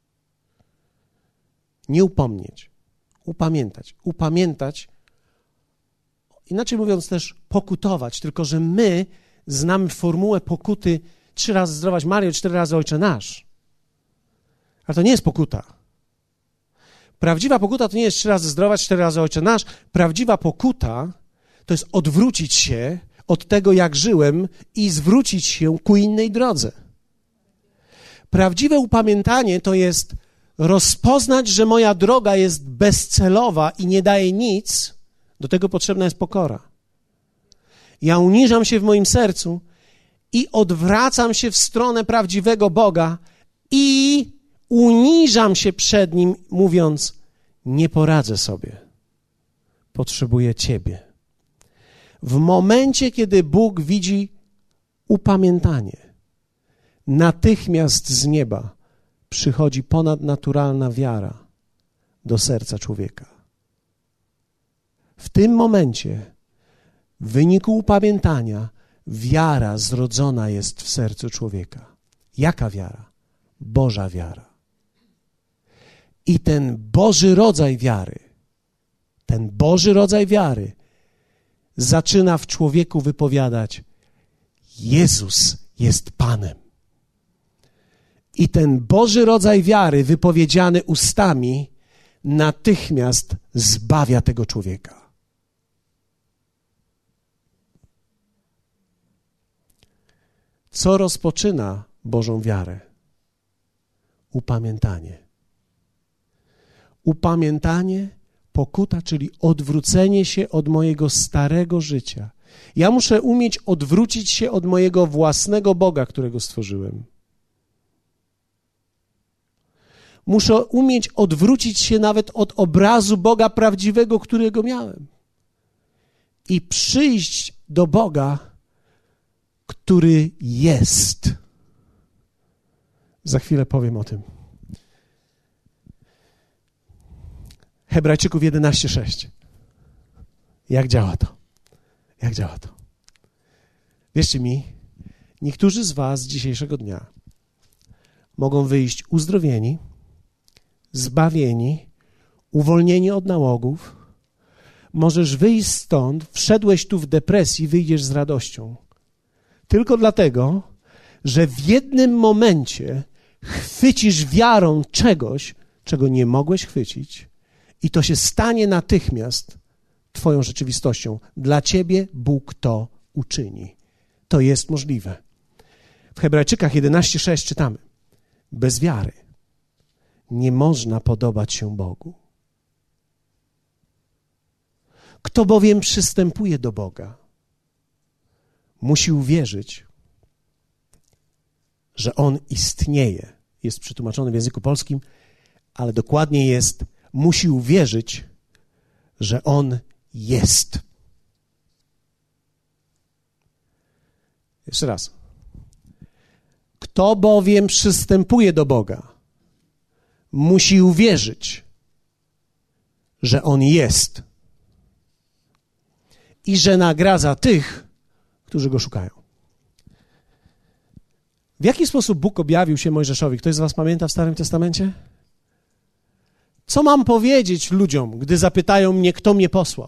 Nie upomnieć. Upamiętać. Upamiętać, inaczej mówiąc też pokutować, tylko że my znamy formułę pokuty trzy razy zdrowaś Maryjo, cztery razy Ojcze Nasz. Ale to nie jest pokuta. Prawdziwa pokuta to nie jest trzy razy zdrowaś, cztery razy Ojcze Nasz. Prawdziwa pokuta to jest odwrócić się od tego, jak żyłem i zwrócić się ku innej drodze. Prawdziwe upamiętanie to jest rozpoznać, że moja droga jest bezcelowa i nie daje nic. Do tego potrzebna jest pokora. Ja uniżam się w moim sercu i odwracam się w stronę prawdziwego Boga i uniżam się przed Nim, mówiąc, nie poradzę sobie, potrzebuję Ciebie. W momencie, kiedy Bóg widzi upamiętanie, natychmiast z nieba przychodzi ponadnaturalna wiara do serca człowieka. W tym momencie, w wyniku upamiętania, wiara zrodzona jest w sercu człowieka. Jaka wiara? Boża wiara. I ten Boży rodzaj wiary, ten Boży rodzaj wiary zaczyna w człowieku wypowiadać: Jezus jest Panem. I ten Boży rodzaj wiary wypowiedziany ustami natychmiast zbawia tego człowieka. Co rozpoczyna Bożą wiarę? Upamiętanie. Upamiętanie, pokuta, czyli odwrócenie się od mojego starego życia. Ja muszę umieć odwrócić się od mojego własnego Boga, którego stworzyłem. Muszę umieć odwrócić się nawet od obrazu Boga prawdziwego, którego miałem. I przyjść do Boga, który jest. Za chwilę powiem o tym. Hebrajczyków jedenaście sześć. Jak działa to? Jak działa to? Wierzcie mi, niektórzy z was dzisiejszego dnia mogą wyjść uzdrowieni, zbawieni, uwolnieni od nałogów. Możesz wyjść stąd, wszedłeś tu w depresji, wyjdziesz z radością. Tylko dlatego, że w jednym momencie chwycisz wiarą czegoś, czego nie mogłeś chwycić i to się stanie natychmiast twoją rzeczywistością. Dla ciebie Bóg to uczyni. To jest możliwe. W Hebrajczykach jedenaście sześć czytamy: bez wiary nie można podobać się Bogu. Kto bowiem przystępuje do Boga, musi uwierzyć, że On istnieje. Jest przetłumaczony w języku polskim, ale dokładnie jest: musi uwierzyć, że On jest. Jeszcze raz. Kto bowiem przystępuje do Boga, musi uwierzyć, że On jest i że nagradza tych, którzy Go szukają. W jaki sposób Bóg objawił się Mojżeszowi? Ktoś z was pamięta w Starym Testamencie? Co mam powiedzieć ludziom, gdy zapytają mnie, kto mnie posłał?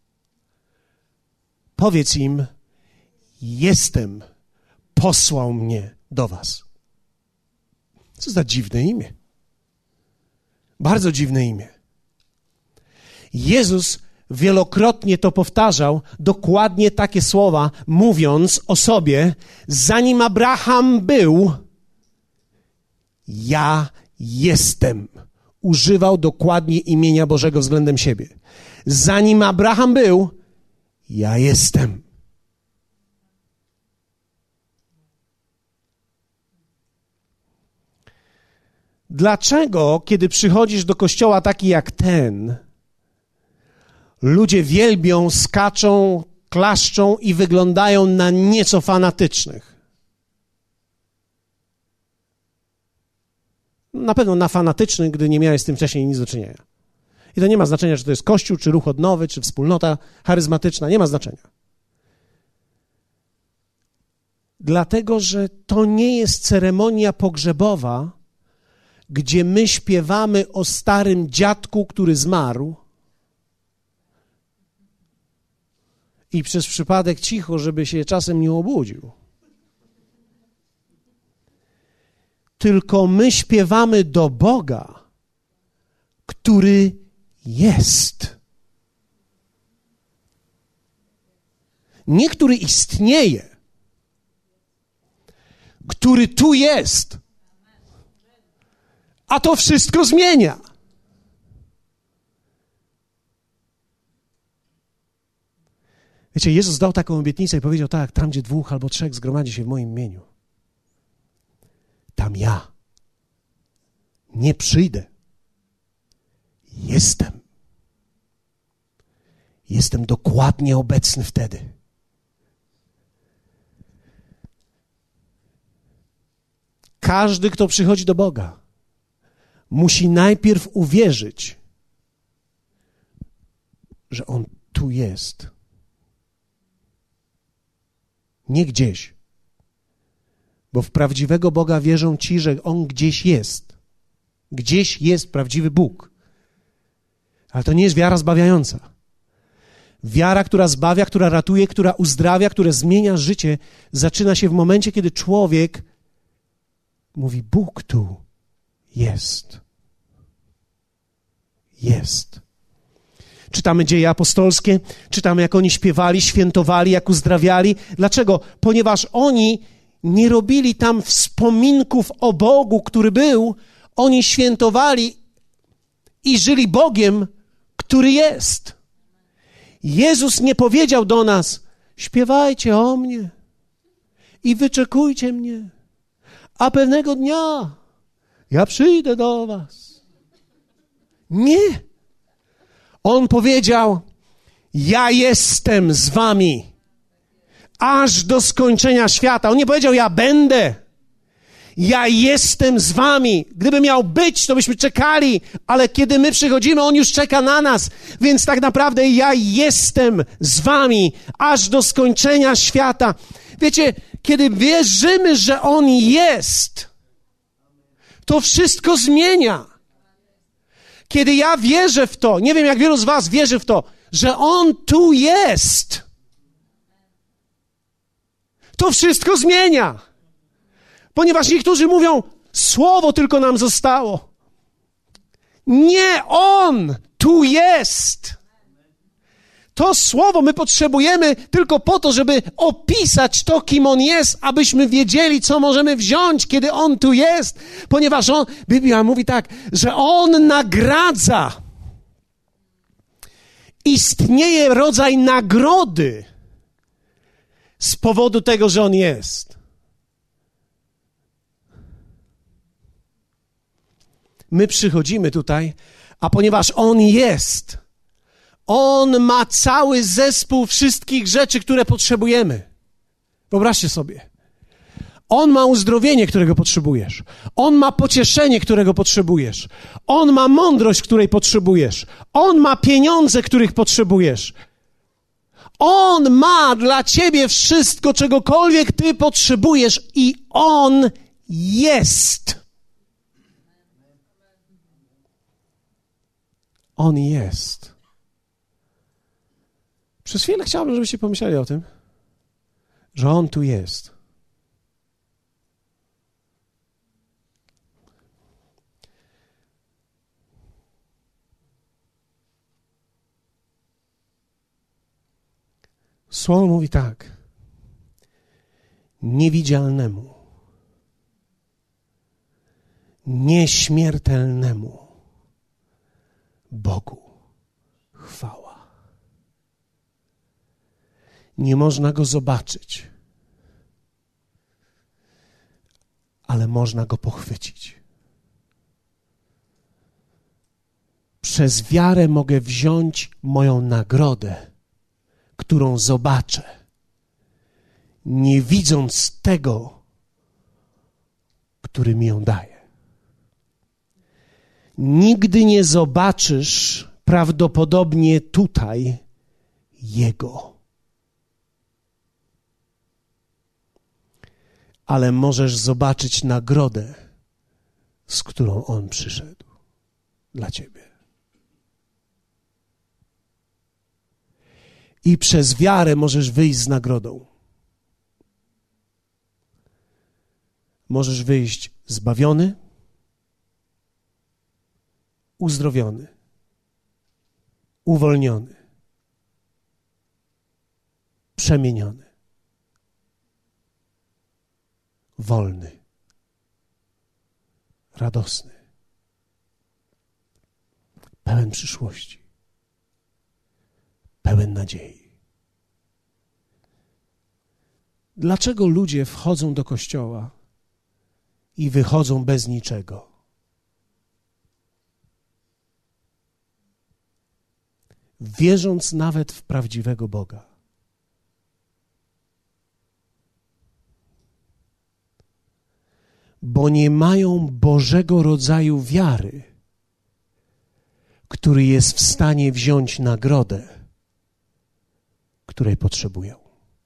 Powiedz im: jestem, posłał mnie do was. Co za dziwne imię. Bardzo dziwne imię. Jezus wielokrotnie to powtarzał, dokładnie takie słowa, mówiąc o sobie: zanim Abraham był, ja jestem. Używał dokładnie imienia Bożego względem siebie. Zanim Abraham był, ja jestem. Dlaczego, kiedy przychodzisz do kościoła taki jak ten, ludzie wielbią, skaczą, klaszczą i wyglądają na nieco fanatycznych? Na pewno na fanatycznych, gdy nie miałeś z tym wcześniej nic do czynienia. I to nie ma znaczenia, czy to jest kościół, czy ruch odnowy, czy wspólnota charyzmatyczna. Nie ma znaczenia. Dlatego, że to nie jest ceremonia pogrzebowa, gdzie my śpiewamy o starym dziadku, który zmarł i przez przypadek cicho, żeby się czasem nie obudził. Tylko my śpiewamy do Boga, który jest. Nie który istnieje, który tu jest. A to wszystko zmienia. Wiecie, Jezus dał taką obietnicę i powiedział tak: tam, gdzie dwóch albo trzech zgromadzi się w moim imieniu, tam ja nie przyjdę. Jestem. Jestem dokładnie obecny wtedy. Każdy, kto przychodzi do Boga, musi najpierw uwierzyć, że On tu jest. Nie gdzieś. Bo w prawdziwego Boga wierzą ci, że On gdzieś jest. Gdzieś jest prawdziwy Bóg. Ale to nie jest wiara zbawiająca. Wiara, która zbawia, która ratuje, która uzdrawia, która zmienia życie, zaczyna się w momencie, kiedy człowiek Mówi, Bóg tu jest. Jest. Czytamy Dzieje Apostolskie, czytamy, jak oni śpiewali, świętowali, jak uzdrawiali. Dlaczego? Ponieważ oni nie robili tam wspominków o Bogu, który był. Oni świętowali i żyli Bogiem, który jest. Jezus nie powiedział do nas, śpiewajcie o mnie i wyczekujcie mnie, a pewnego dnia ja przyjdę do was. Nie. On powiedział, ja jestem z wami aż do skończenia świata. On nie powiedział, ja będę. Ja jestem z wami. Gdyby miał być, to byśmy czekali, ale kiedy my przychodzimy, on już czeka na nas. Więc tak naprawdę ja jestem z wami aż do skończenia świata. Wiecie, kiedy wierzymy, że on jest, to wszystko zmienia. Kiedy ja wierzę w to, nie wiem jak wielu z was wierzy w to, że on tu jest, to wszystko zmienia. Ponieważ niektórzy mówią, słowo tylko nam zostało. Nie, on tu jest. To słowo my potrzebujemy tylko po to, żeby opisać to, kim on jest, abyśmy wiedzieli, co możemy wziąć, kiedy on tu jest. Ponieważ on, Biblia mówi tak, że on nagradza. Istnieje rodzaj nagrody z powodu tego, że on jest. My przychodzimy tutaj, a ponieważ on jest, on ma cały zespół wszystkich rzeczy, które potrzebujemy. Wyobraźcie sobie. On ma uzdrowienie, którego potrzebujesz. On ma pocieszenie, którego potrzebujesz. On ma mądrość, której potrzebujesz. On ma pieniądze, których potrzebujesz. On ma dla ciebie wszystko, czegokolwiek ty potrzebujesz i on jest. On jest. Przez chwilę chciałbym, żebyście pomyśleli o tym, że on tu jest. Słowo mówi tak. Niewidzialnemu, nieśmiertelnemu Bogu chwała. Nie można Go zobaczyć, ale można Go pochwycić. Przez wiarę mogę wziąć moją nagrodę, którą zobaczę, nie widząc tego, który mi ją daje. Nigdy nie zobaczysz prawdopodobnie tutaj Jego. Ale możesz zobaczyć nagrodę, z którą On przyszedł dla ciebie. I przez wiarę możesz wyjść z nagrodą. Możesz wyjść zbawiony, uzdrowiony, uwolniony, przemieniony, wolny, radosny, pełen przyszłości, pełen nadziei. Dlaczego ludzie wchodzą do kościoła i wychodzą bez niczego? Wierząc nawet w prawdziwego Boga. Bo nie mają Bożego rodzaju wiary, który jest w stanie wziąć nagrodę, której potrzebują.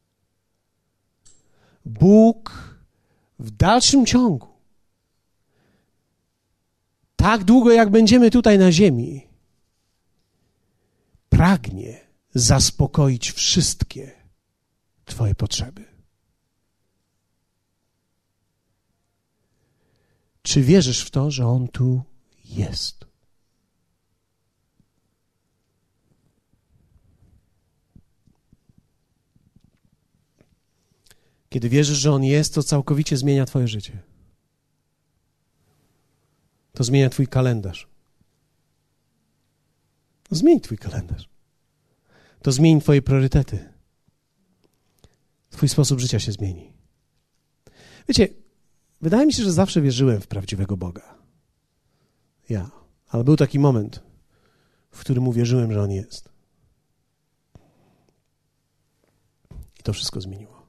Bóg w dalszym ciągu, tak długo jak będziemy tutaj na ziemi, pragnie zaspokoić wszystkie twoje potrzeby. Czy wierzysz w to, że On tu jest? Kiedy wierzysz, że On jest, to całkowicie zmienia twoje życie. To zmienia twój kalendarz. To zmieni twój kalendarz. To zmieni twoje priorytety. Twój sposób życia się zmieni. Wiecie, wydaje mi się, że zawsze wierzyłem w prawdziwego Boga. Ja. Ale był taki moment, w którym uwierzyłem, że On jest. I to wszystko zmieniło.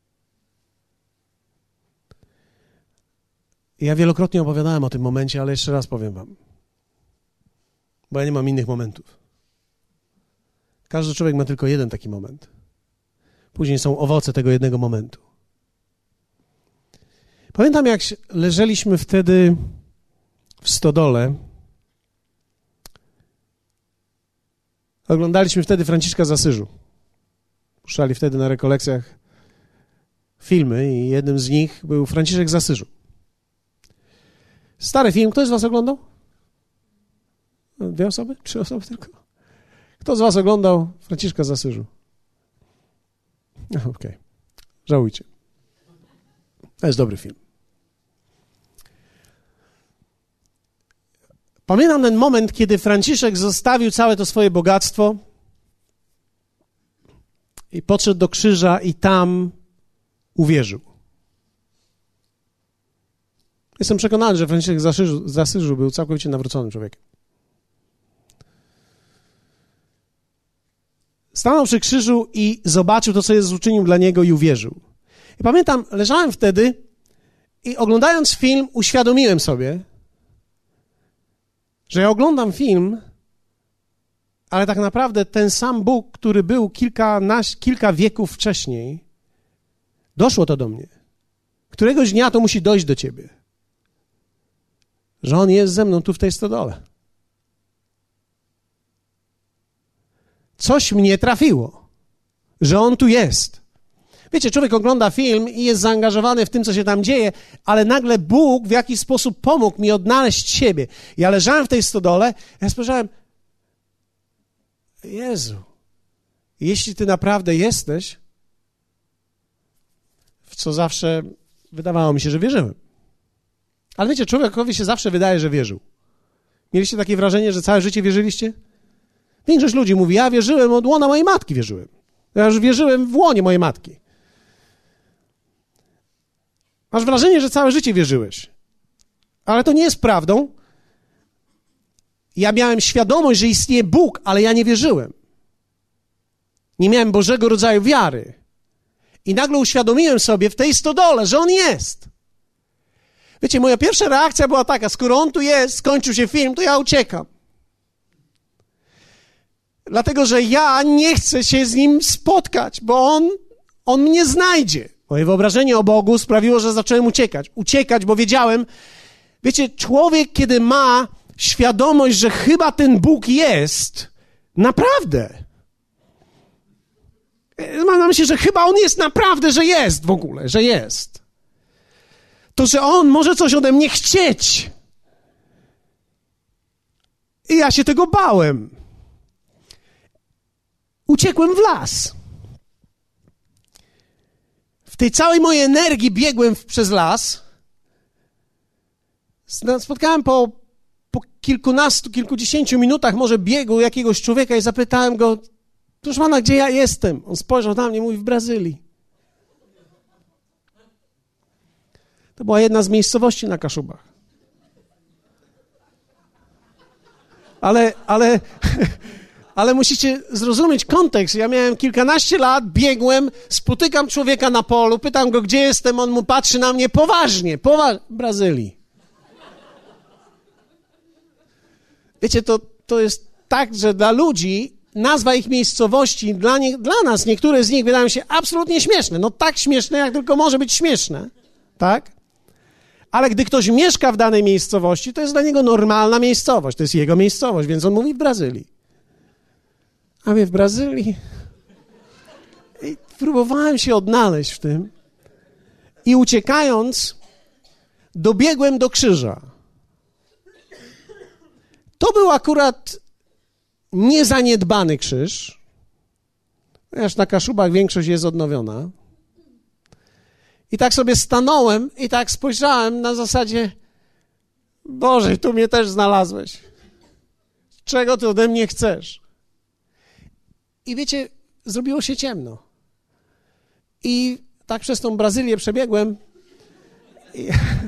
Ja wielokrotnie opowiadałem o tym momencie, ale jeszcze raz powiem wam. Bo ja nie mam innych momentów. Każdy człowiek ma tylko jeden taki moment. Później są owoce tego jednego momentu. Pamiętam, jak leżeliśmy wtedy w stodole. Oglądaliśmy wtedy Franciszka z Asyżu. Puszczali wtedy na rekolekcjach filmy i jednym z nich był Franciszek z Asyżu. Stary film. Kto z was oglądał? Dwie osoby? Trzy osoby tylko? Kto z was oglądał Franciszka z Asyżu? Okej. Okay. Żałujcie. To jest dobry film. Pamiętam ten moment, kiedy Franciszek zostawił całe to swoje bogactwo i podszedł do krzyża i tam uwierzył. Jestem przekonany, że Franciszek z Asyżu, z Asyżu był całkowicie nawróconym człowiekiem. Stanął przy krzyżu i zobaczył to, co Jezus uczynił dla niego i uwierzył. I pamiętam, leżałem wtedy i oglądając film uświadomiłem sobie, że ja oglądam film, ale tak naprawdę ten sam Bóg, który był kilka, naś, kilka wieków wcześniej, doszło to do mnie. Któregoś dnia to musi dojść do ciebie. Że On jest ze mną tu w tej stodole. Coś mnie trafiło, że On tu jest. Wiecie, człowiek ogląda film i jest zaangażowany w tym, co się tam dzieje, ale nagle Bóg w jakiś sposób pomógł mi odnaleźć siebie. Ja leżałem w tej stodole, ja spojrzałem, Jezu, jeśli Ty naprawdę jesteś, w co zawsze wydawało mi się, że wierzyłem. Ale wiecie, człowiekowi się zawsze wydaje, że wierzył. Mieliście takie wrażenie, że całe życie wierzyliście? Większość ludzi mówi, ja wierzyłem, od łona mojej matki wierzyłem. Ja już wierzyłem w łonie mojej matki. Masz wrażenie, że całe życie wierzyłeś. Ale to nie jest prawdą. Ja miałem świadomość, że istnieje Bóg, ale ja nie wierzyłem. Nie miałem Bożego rodzaju wiary. I nagle uświadomiłem sobie w tej stodole, że On jest. Wiecie, moja pierwsza reakcja była taka, skoro On tu jest, skończył się film, to ja uciekam. Dlatego, że ja nie chcę się z Nim spotkać, bo On, on mnie znajdzie. Moje wyobrażenie o Bogu sprawiło, że zacząłem uciekać. Uciekać, bo wiedziałem, wiecie, człowiek, kiedy ma świadomość, że chyba ten Bóg jest, naprawdę. Mam na myśli, że chyba On jest naprawdę, że jest w ogóle, że jest. To, że On może coś ode mnie chcieć. I ja się tego bałem. Uciekłem w las. W tej całej mojej energii biegłem przez las. Spotkałem po, po kilkunastu, kilkudziesięciu minutach może biegu jakiegoś człowieka i zapytałem go, proszę pana, gdzie ja jestem? On spojrzał na mnie i mówi, w Brazylii. To była jedna z miejscowości na Kaszubach. Ale, ale... Ale musicie zrozumieć kontekst. Ja miałem kilkanaście lat, biegłem, spotykam człowieka na polu, pytam go, gdzie jestem, on mu patrzy na mnie poważnie, poważnie, w Brazylii. Wiecie, to, to jest tak, że dla ludzi nazwa ich miejscowości, dla, nie, dla nas niektóre z nich wydają się absolutnie śmieszne. No tak śmieszne, jak tylko może być śmieszne, tak? Ale gdy ktoś mieszka w danej miejscowości, to jest dla niego normalna miejscowość, to jest jego miejscowość, więc on mówi w Brazylii. A mnie w Brazylii. I próbowałem się odnaleźć w tym. I uciekając, dobiegłem do krzyża. To był akurat niezaniedbany krzyż, ponieważ na Kaszubach większość jest odnowiona. I tak sobie stanąłem i tak spojrzałem na zasadzie, Boże, tu mnie też znalazłeś. Czego ty ode mnie chcesz? I wiecie, zrobiło się ciemno. I tak przez tą Brazylię przebiegłem i,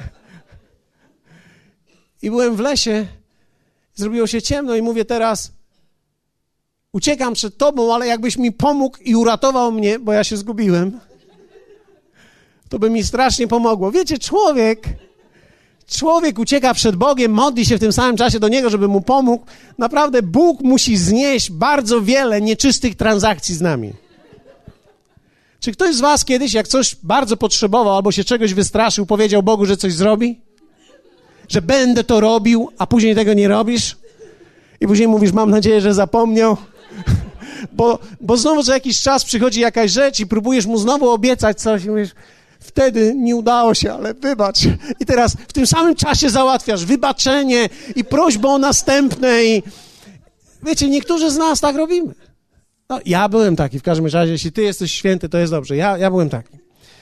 i byłem w lesie, zrobiło się ciemno i mówię teraz, uciekam przed tobą, ale jakbyś mi pomógł i uratował mnie, bo ja się zgubiłem, to by mi strasznie pomogło. Wiecie, człowiek, człowiek ucieka przed Bogiem, modli się w tym samym czasie do Niego, żeby mu pomógł. Naprawdę Bóg musi znieść bardzo wiele nieczystych transakcji z nami. Czy ktoś z was kiedyś, jak coś bardzo potrzebował albo się czegoś wystraszył, powiedział Bogu, że coś zrobi? Że będę to robił, a później tego nie robisz? I później mówisz, mam nadzieję, że zapomniał. Bo, bo znowu za jakiś czas przychodzi jakaś rzecz i próbujesz mu znowu obiecać coś i mówisz, wtedy nie udało się, ale wybacz. I teraz w tym samym czasie załatwiasz wybaczenie i prośbę o następne i wiecie, niektórzy z nas tak robimy. No, ja byłem taki, w każdym razie, jeśli ty jesteś święty, to jest dobrze. Ja, ja byłem taki.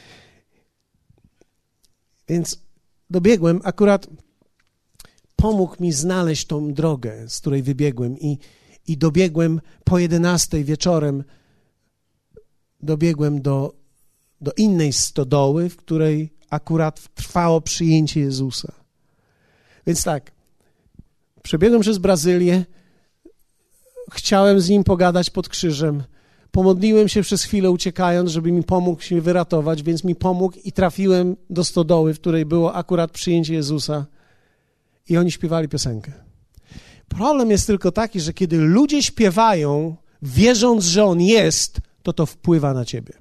Więc dobiegłem, akurat pomógł mi znaleźć tą drogę, z której wybiegłem i, i dobiegłem po jedenastej wieczorem, dobiegłem do, do innej stodoły, w której akurat trwało przyjęcie Jezusa. Więc tak, przebiegłem przez Brazylię, chciałem z nim pogadać pod krzyżem, pomodliłem się przez chwilę uciekając, żeby mi pomógł się wyratować, więc mi pomógł i trafiłem do stodoły, w której było akurat przyjęcie Jezusa i oni śpiewali piosenkę. Problem jest tylko taki, że kiedy ludzie śpiewają, wierząc, że On jest, to to wpływa na ciebie.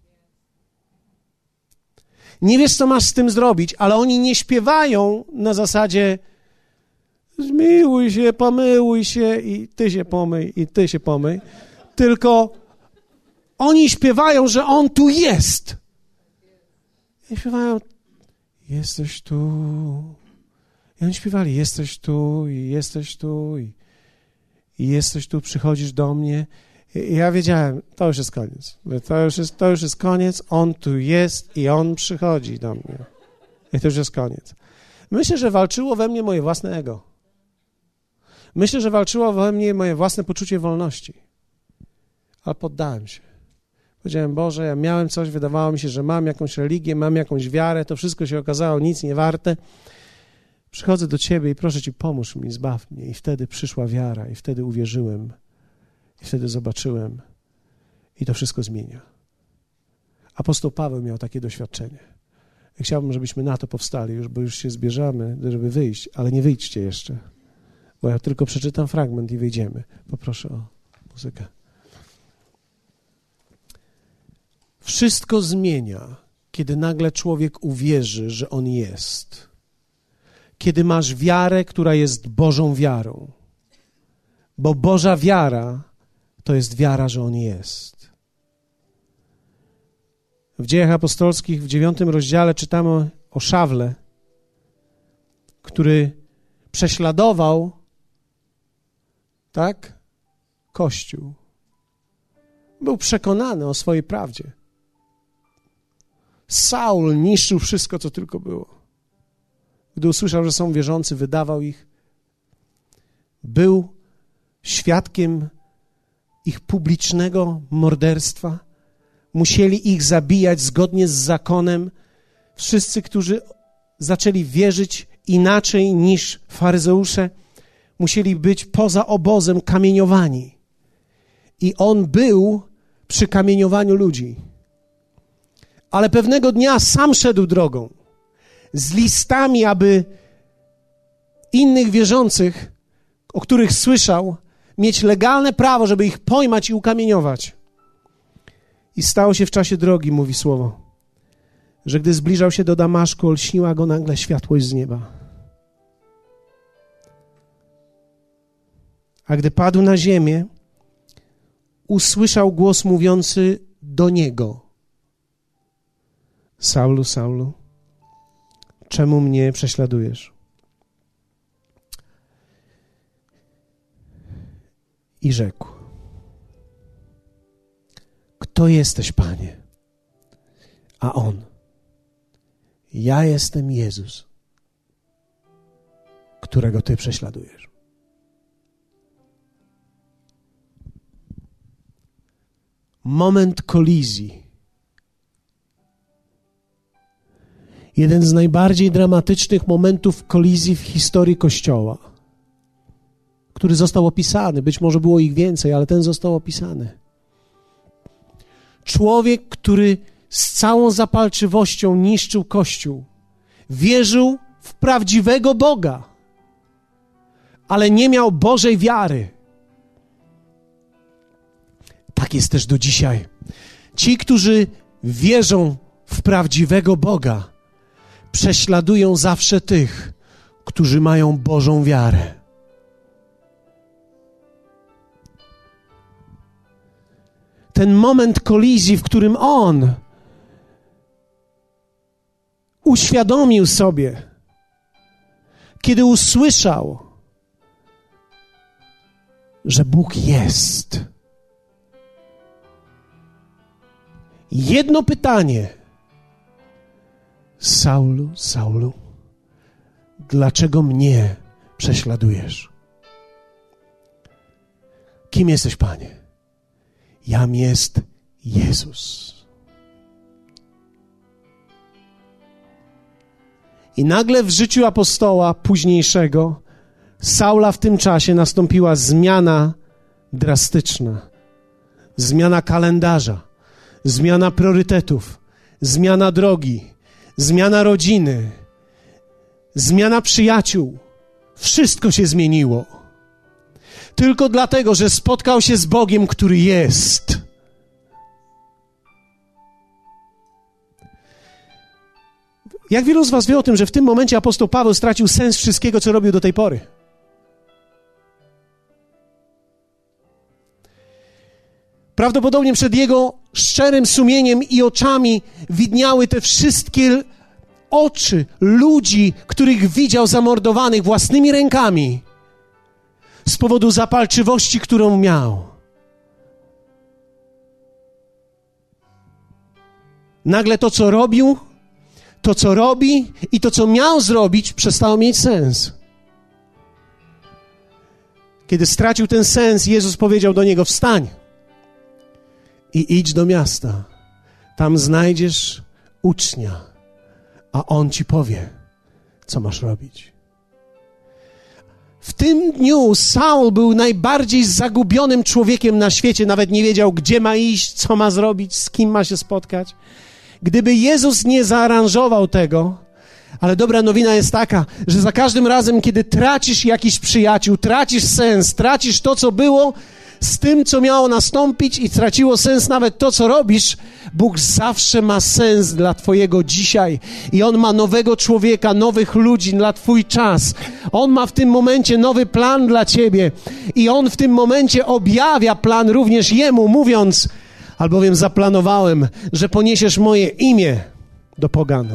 Nie wiesz, co masz z tym zrobić, ale oni nie śpiewają na zasadzie zmiłuj się, pomyłuj się i ty się pomyj, i ty się pomyj, tylko oni śpiewają, że On tu jest. I śpiewają, jesteś tu. I oni śpiewali, jesteś tu, i jesteś tu, i, i jesteś tu, przychodzisz do mnie. I ja wiedziałem, to już jest koniec. To już jest, to już jest koniec, On tu jest i On przychodzi do mnie. I to już jest koniec. Myślę, że walczyło we mnie moje własne ego. Myślę, że walczyło we mnie moje własne poczucie wolności. Ale poddałem się. Powiedziałem, Boże, ja miałem coś, wydawało mi się, że mam jakąś religię, mam jakąś wiarę, to wszystko się okazało nic nie warte. Przychodzę do Ciebie i proszę Cię, pomóż mi, zbaw mnie. I wtedy przyszła wiara i wtedy uwierzyłem. I wtedy zobaczyłem. I to wszystko zmienia. Apostoł Paweł miał takie doświadczenie. I chciałbym, żebyśmy na to powstali, już, bo już się zbierzamy, żeby wyjść, ale nie wyjdźcie jeszcze. Bo ja tylko przeczytam fragment i wyjdziemy. Poproszę o muzykę. Wszystko zmienia, kiedy nagle człowiek uwierzy, że On jest. Kiedy masz wiarę, która jest Bożą wiarą. Bo Boża wiara to jest wiara, że On jest. W Dziejach Apostolskich w dziewiątym rozdziale czytamy o Szawle, który prześladował, tak, Kościół. Był przekonany o swojej prawdzie. Saul niszczył wszystko, co tylko było. Gdy usłyszał, że są wierzący, wydawał ich. Był świadkiem ich publicznego morderstwa. Musieli ich zabijać zgodnie z zakonem. Wszyscy, którzy zaczęli wierzyć inaczej niż faryzeusze, musieli być poza obozem kamieniowani. I on był przy kamieniowaniu ludzi. Ale pewnego dnia sam szedł drogą z listami, aby innych wierzących, o których słyszał, mieć legalne prawo, żeby ich pojmać i ukamieniować. I stało się w czasie drogi, mówi słowo, że gdy zbliżał się do Damaszku, olśniła go nagle światłość z nieba. A gdy padł na ziemię, usłyszał głos mówiący do niego: Saulu, Saulu, czemu mnie prześladujesz? I rzekł: Kto jesteś, Panie? A on: Ja jestem Jezus, którego Ty prześladujesz. Moment kolizji. Jeden z najbardziej dramatycznych momentów kolizji w historii Kościoła, który został opisany. Być może było ich więcej, ale ten został opisany. Człowiek, który z całą zapalczywością niszczył Kościół, wierzył w prawdziwego Boga, ale nie miał Bożej wiary. Tak jest też do dzisiaj. Ci, którzy wierzą w prawdziwego Boga, prześladują zawsze tych, którzy mają Bożą wiarę. Ten moment kolizji, w którym on uświadomił sobie, kiedy usłyszał, że Bóg jest. Jedno pytanie: Saulu, Saulu, dlaczego mnie prześladujesz? Kim jesteś, Panie? Jam jest Jezus. I nagle w życiu apostoła późniejszego, Saula, w tym czasie nastąpiła zmiana drastyczna. Zmiana kalendarza, zmiana priorytetów, zmiana drogi, zmiana rodziny, zmiana przyjaciół. Wszystko się zmieniło. Tylko dlatego, że spotkał się z Bogiem, który jest. Jak wielu z was wie o tym, że w tym momencie apostoł Paweł stracił sens wszystkiego, co robił do tej pory? Prawdopodobnie przed jego szczerym sumieniem i oczami widniały te wszystkie oczy ludzi, których widział zamordowanych własnymi rękami z powodu zapalczywości, którą miał. Nagle to, co robił, to, co robi i to, co miał zrobić, przestało mieć sens. Kiedy stracił ten sens, Jezus powiedział do niego: wstań i idź do miasta. Tam znajdziesz ucznia, a on ci powie, co masz robić. W tym dniu Saul był najbardziej zagubionym człowiekiem na świecie. Nawet nie wiedział, gdzie ma iść, co ma zrobić, z kim ma się spotkać. Gdyby Jezus nie zaaranżował tego, ale dobra nowina jest taka, że za każdym razem, kiedy tracisz jakiś przyjaciół, tracisz sens, tracisz to, co było, z tym, co miało nastąpić i straciło sens nawet to, co robisz, Bóg zawsze ma sens dla twojego dzisiaj i On ma nowego człowieka, nowych ludzi dla twój czas. On ma w tym momencie nowy plan dla ciebie i On w tym momencie objawia plan również Jemu, mówiąc: albowiem zaplanowałem, że poniesiesz moje imię do pogan.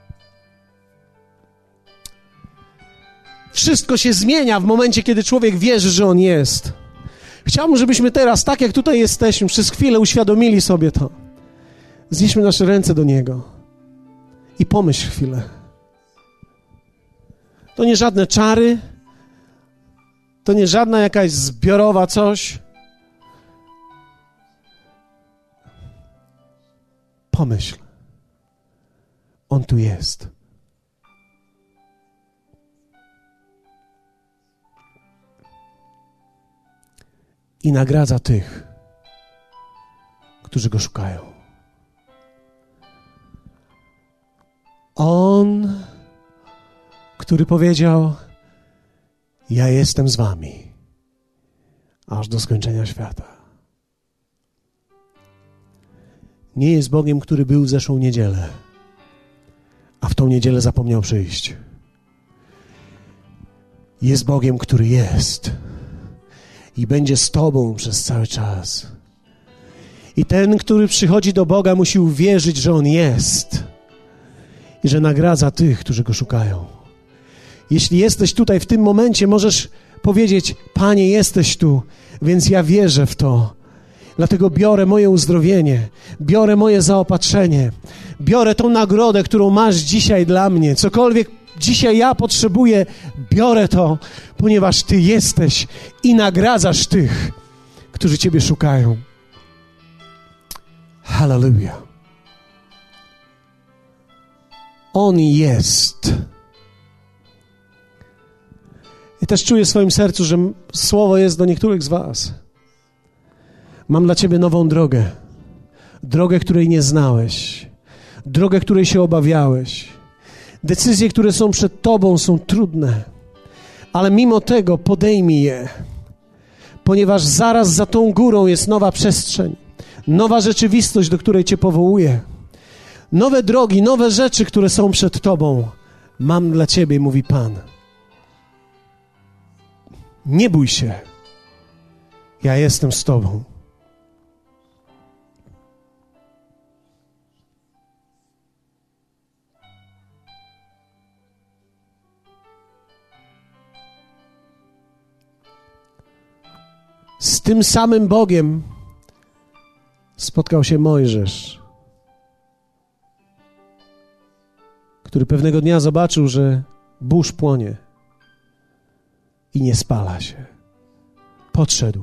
Wszystko się zmienia w momencie, kiedy człowiek wierzy, że On jest. Chciałbym, żebyśmy teraz, tak jak tutaj jesteśmy, przez chwilę uświadomili sobie to. Znieśmy nasze ręce do Niego i pomyśl chwilę. To nie żadne czary, to nie żadna jakaś zbiorowa coś. Pomyśl. On tu jest. I nagradza tych, którzy Go szukają. On, który powiedział: ja jestem z wami, aż do skończenia świata. Nie jest Bogiem, który był w zeszłą niedzielę, a w tą niedzielę zapomniał przyjść. Jest Bogiem, który jest i będzie z tobą przez cały czas. I ten, który przychodzi do Boga, musi uwierzyć, że On jest. i że nagradza tych, którzy Go szukają. Jeśli jesteś tutaj w tym momencie, możesz powiedzieć: Panie, jesteś tu, więc ja wierzę w to. Dlatego biorę moje uzdrowienie, biorę moje zaopatrzenie, biorę tą nagrodę, którą masz dzisiaj dla mnie. Cokolwiek dzisiaj ja potrzebuję, biorę to, ponieważ Ty jesteś i nagradzasz tych, którzy Ciebie szukają. Hallelujah. On jest. I też czuję w swoim sercu, że słowo jest do niektórych z was. Mam dla ciebie nową drogę. Drogę, której nie znałeś. Drogę, której się obawiałeś. Decyzje, które są przed tobą, są trudne. Ale mimo tego podejmij je. Ponieważ zaraz za tą górą jest nowa przestrzeń. Nowa rzeczywistość, do której cię powołuje. Nowe drogi, nowe rzeczy, które są przed tobą. Mam dla ciebie, mówi Pan. Nie bój się. Ja jestem z tobą. Z tym samym Bogiem spotkał się Mojżesz, który pewnego dnia zobaczył, że burz płonie i nie spala się. Podszedł.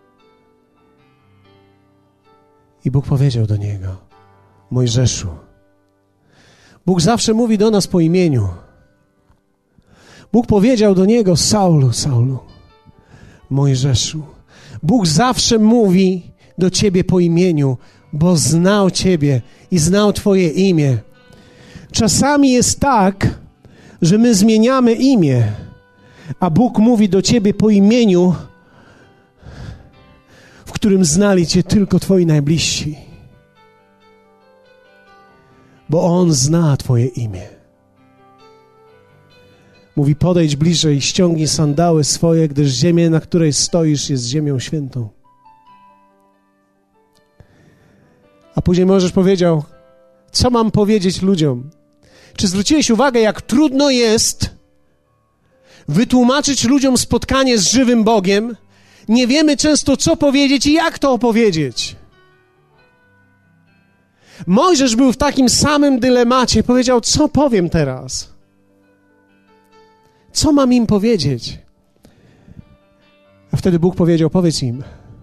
I Bóg powiedział do niego: Mojżeszu. Bóg zawsze mówi do nas po imieniu. Bóg powiedział do niego: Saulu, Saulu, Mojżeszu. Bóg zawsze mówi do ciebie po imieniu, bo znał ciebie i znał twoje imię. Czasami jest tak, że my zmieniamy imię, a Bóg mówi do ciebie po imieniu, w którym znali cię tylko twoi najbliżsi. Bo On zna twoje imię. Mówi: podejdź bliżej, ściągnij sandały swoje, gdyż ziemię, na której stoisz, jest ziemią świętą. A później Mojżesz powiedział: co mam powiedzieć ludziom? Czy zwróciłeś uwagę, jak trudno jest wytłumaczyć ludziom spotkanie z żywym Bogiem? Nie wiemy często, co powiedzieć i jak to opowiedzieć. Mojżesz był w takim samym dylemacie. Powiedział: co powiem teraz? Co mam im powiedzieć? A wtedy Bóg powiedział: powiedz im: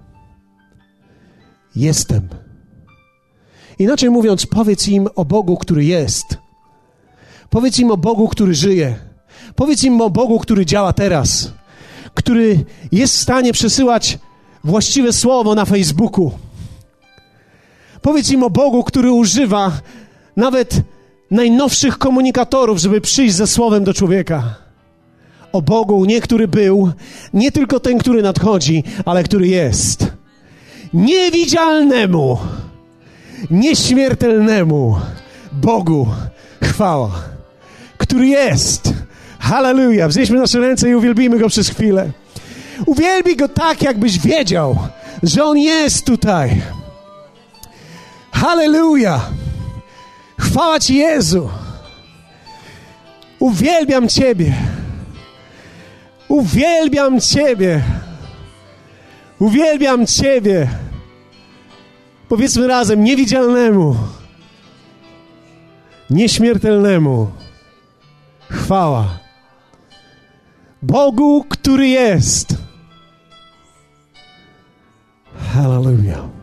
jestem. Inaczej mówiąc, powiedz im o Bogu, który jest. Powiedz im o Bogu, który żyje. Powiedz im o Bogu, który działa teraz. Który jest w stanie przesyłać właściwe słowo na Facebooku. Powiedz im o Bogu, który używa nawet najnowszych komunikatorów, żeby przyjść ze słowem do człowieka. O Bogu, nie który był, nie tylko ten, który nadchodzi, ale który jest. Niewidzialnemu, nieśmiertelnemu Bogu chwała, który jest. Halleluja. Wznieśmy nasze ręce i uwielbimy Go przez chwilę. Uwielbij Go tak, jakbyś wiedział, że On jest tutaj. Halleluja. Chwała Ci, Jezu. Uwielbiam Ciebie. Uwielbiam Ciebie. Uwielbiam Ciebie. Powiedzmy razem: niewidzialnemu, nieśmiertelnemu chwała. Bogu, który jest. Hallelujah.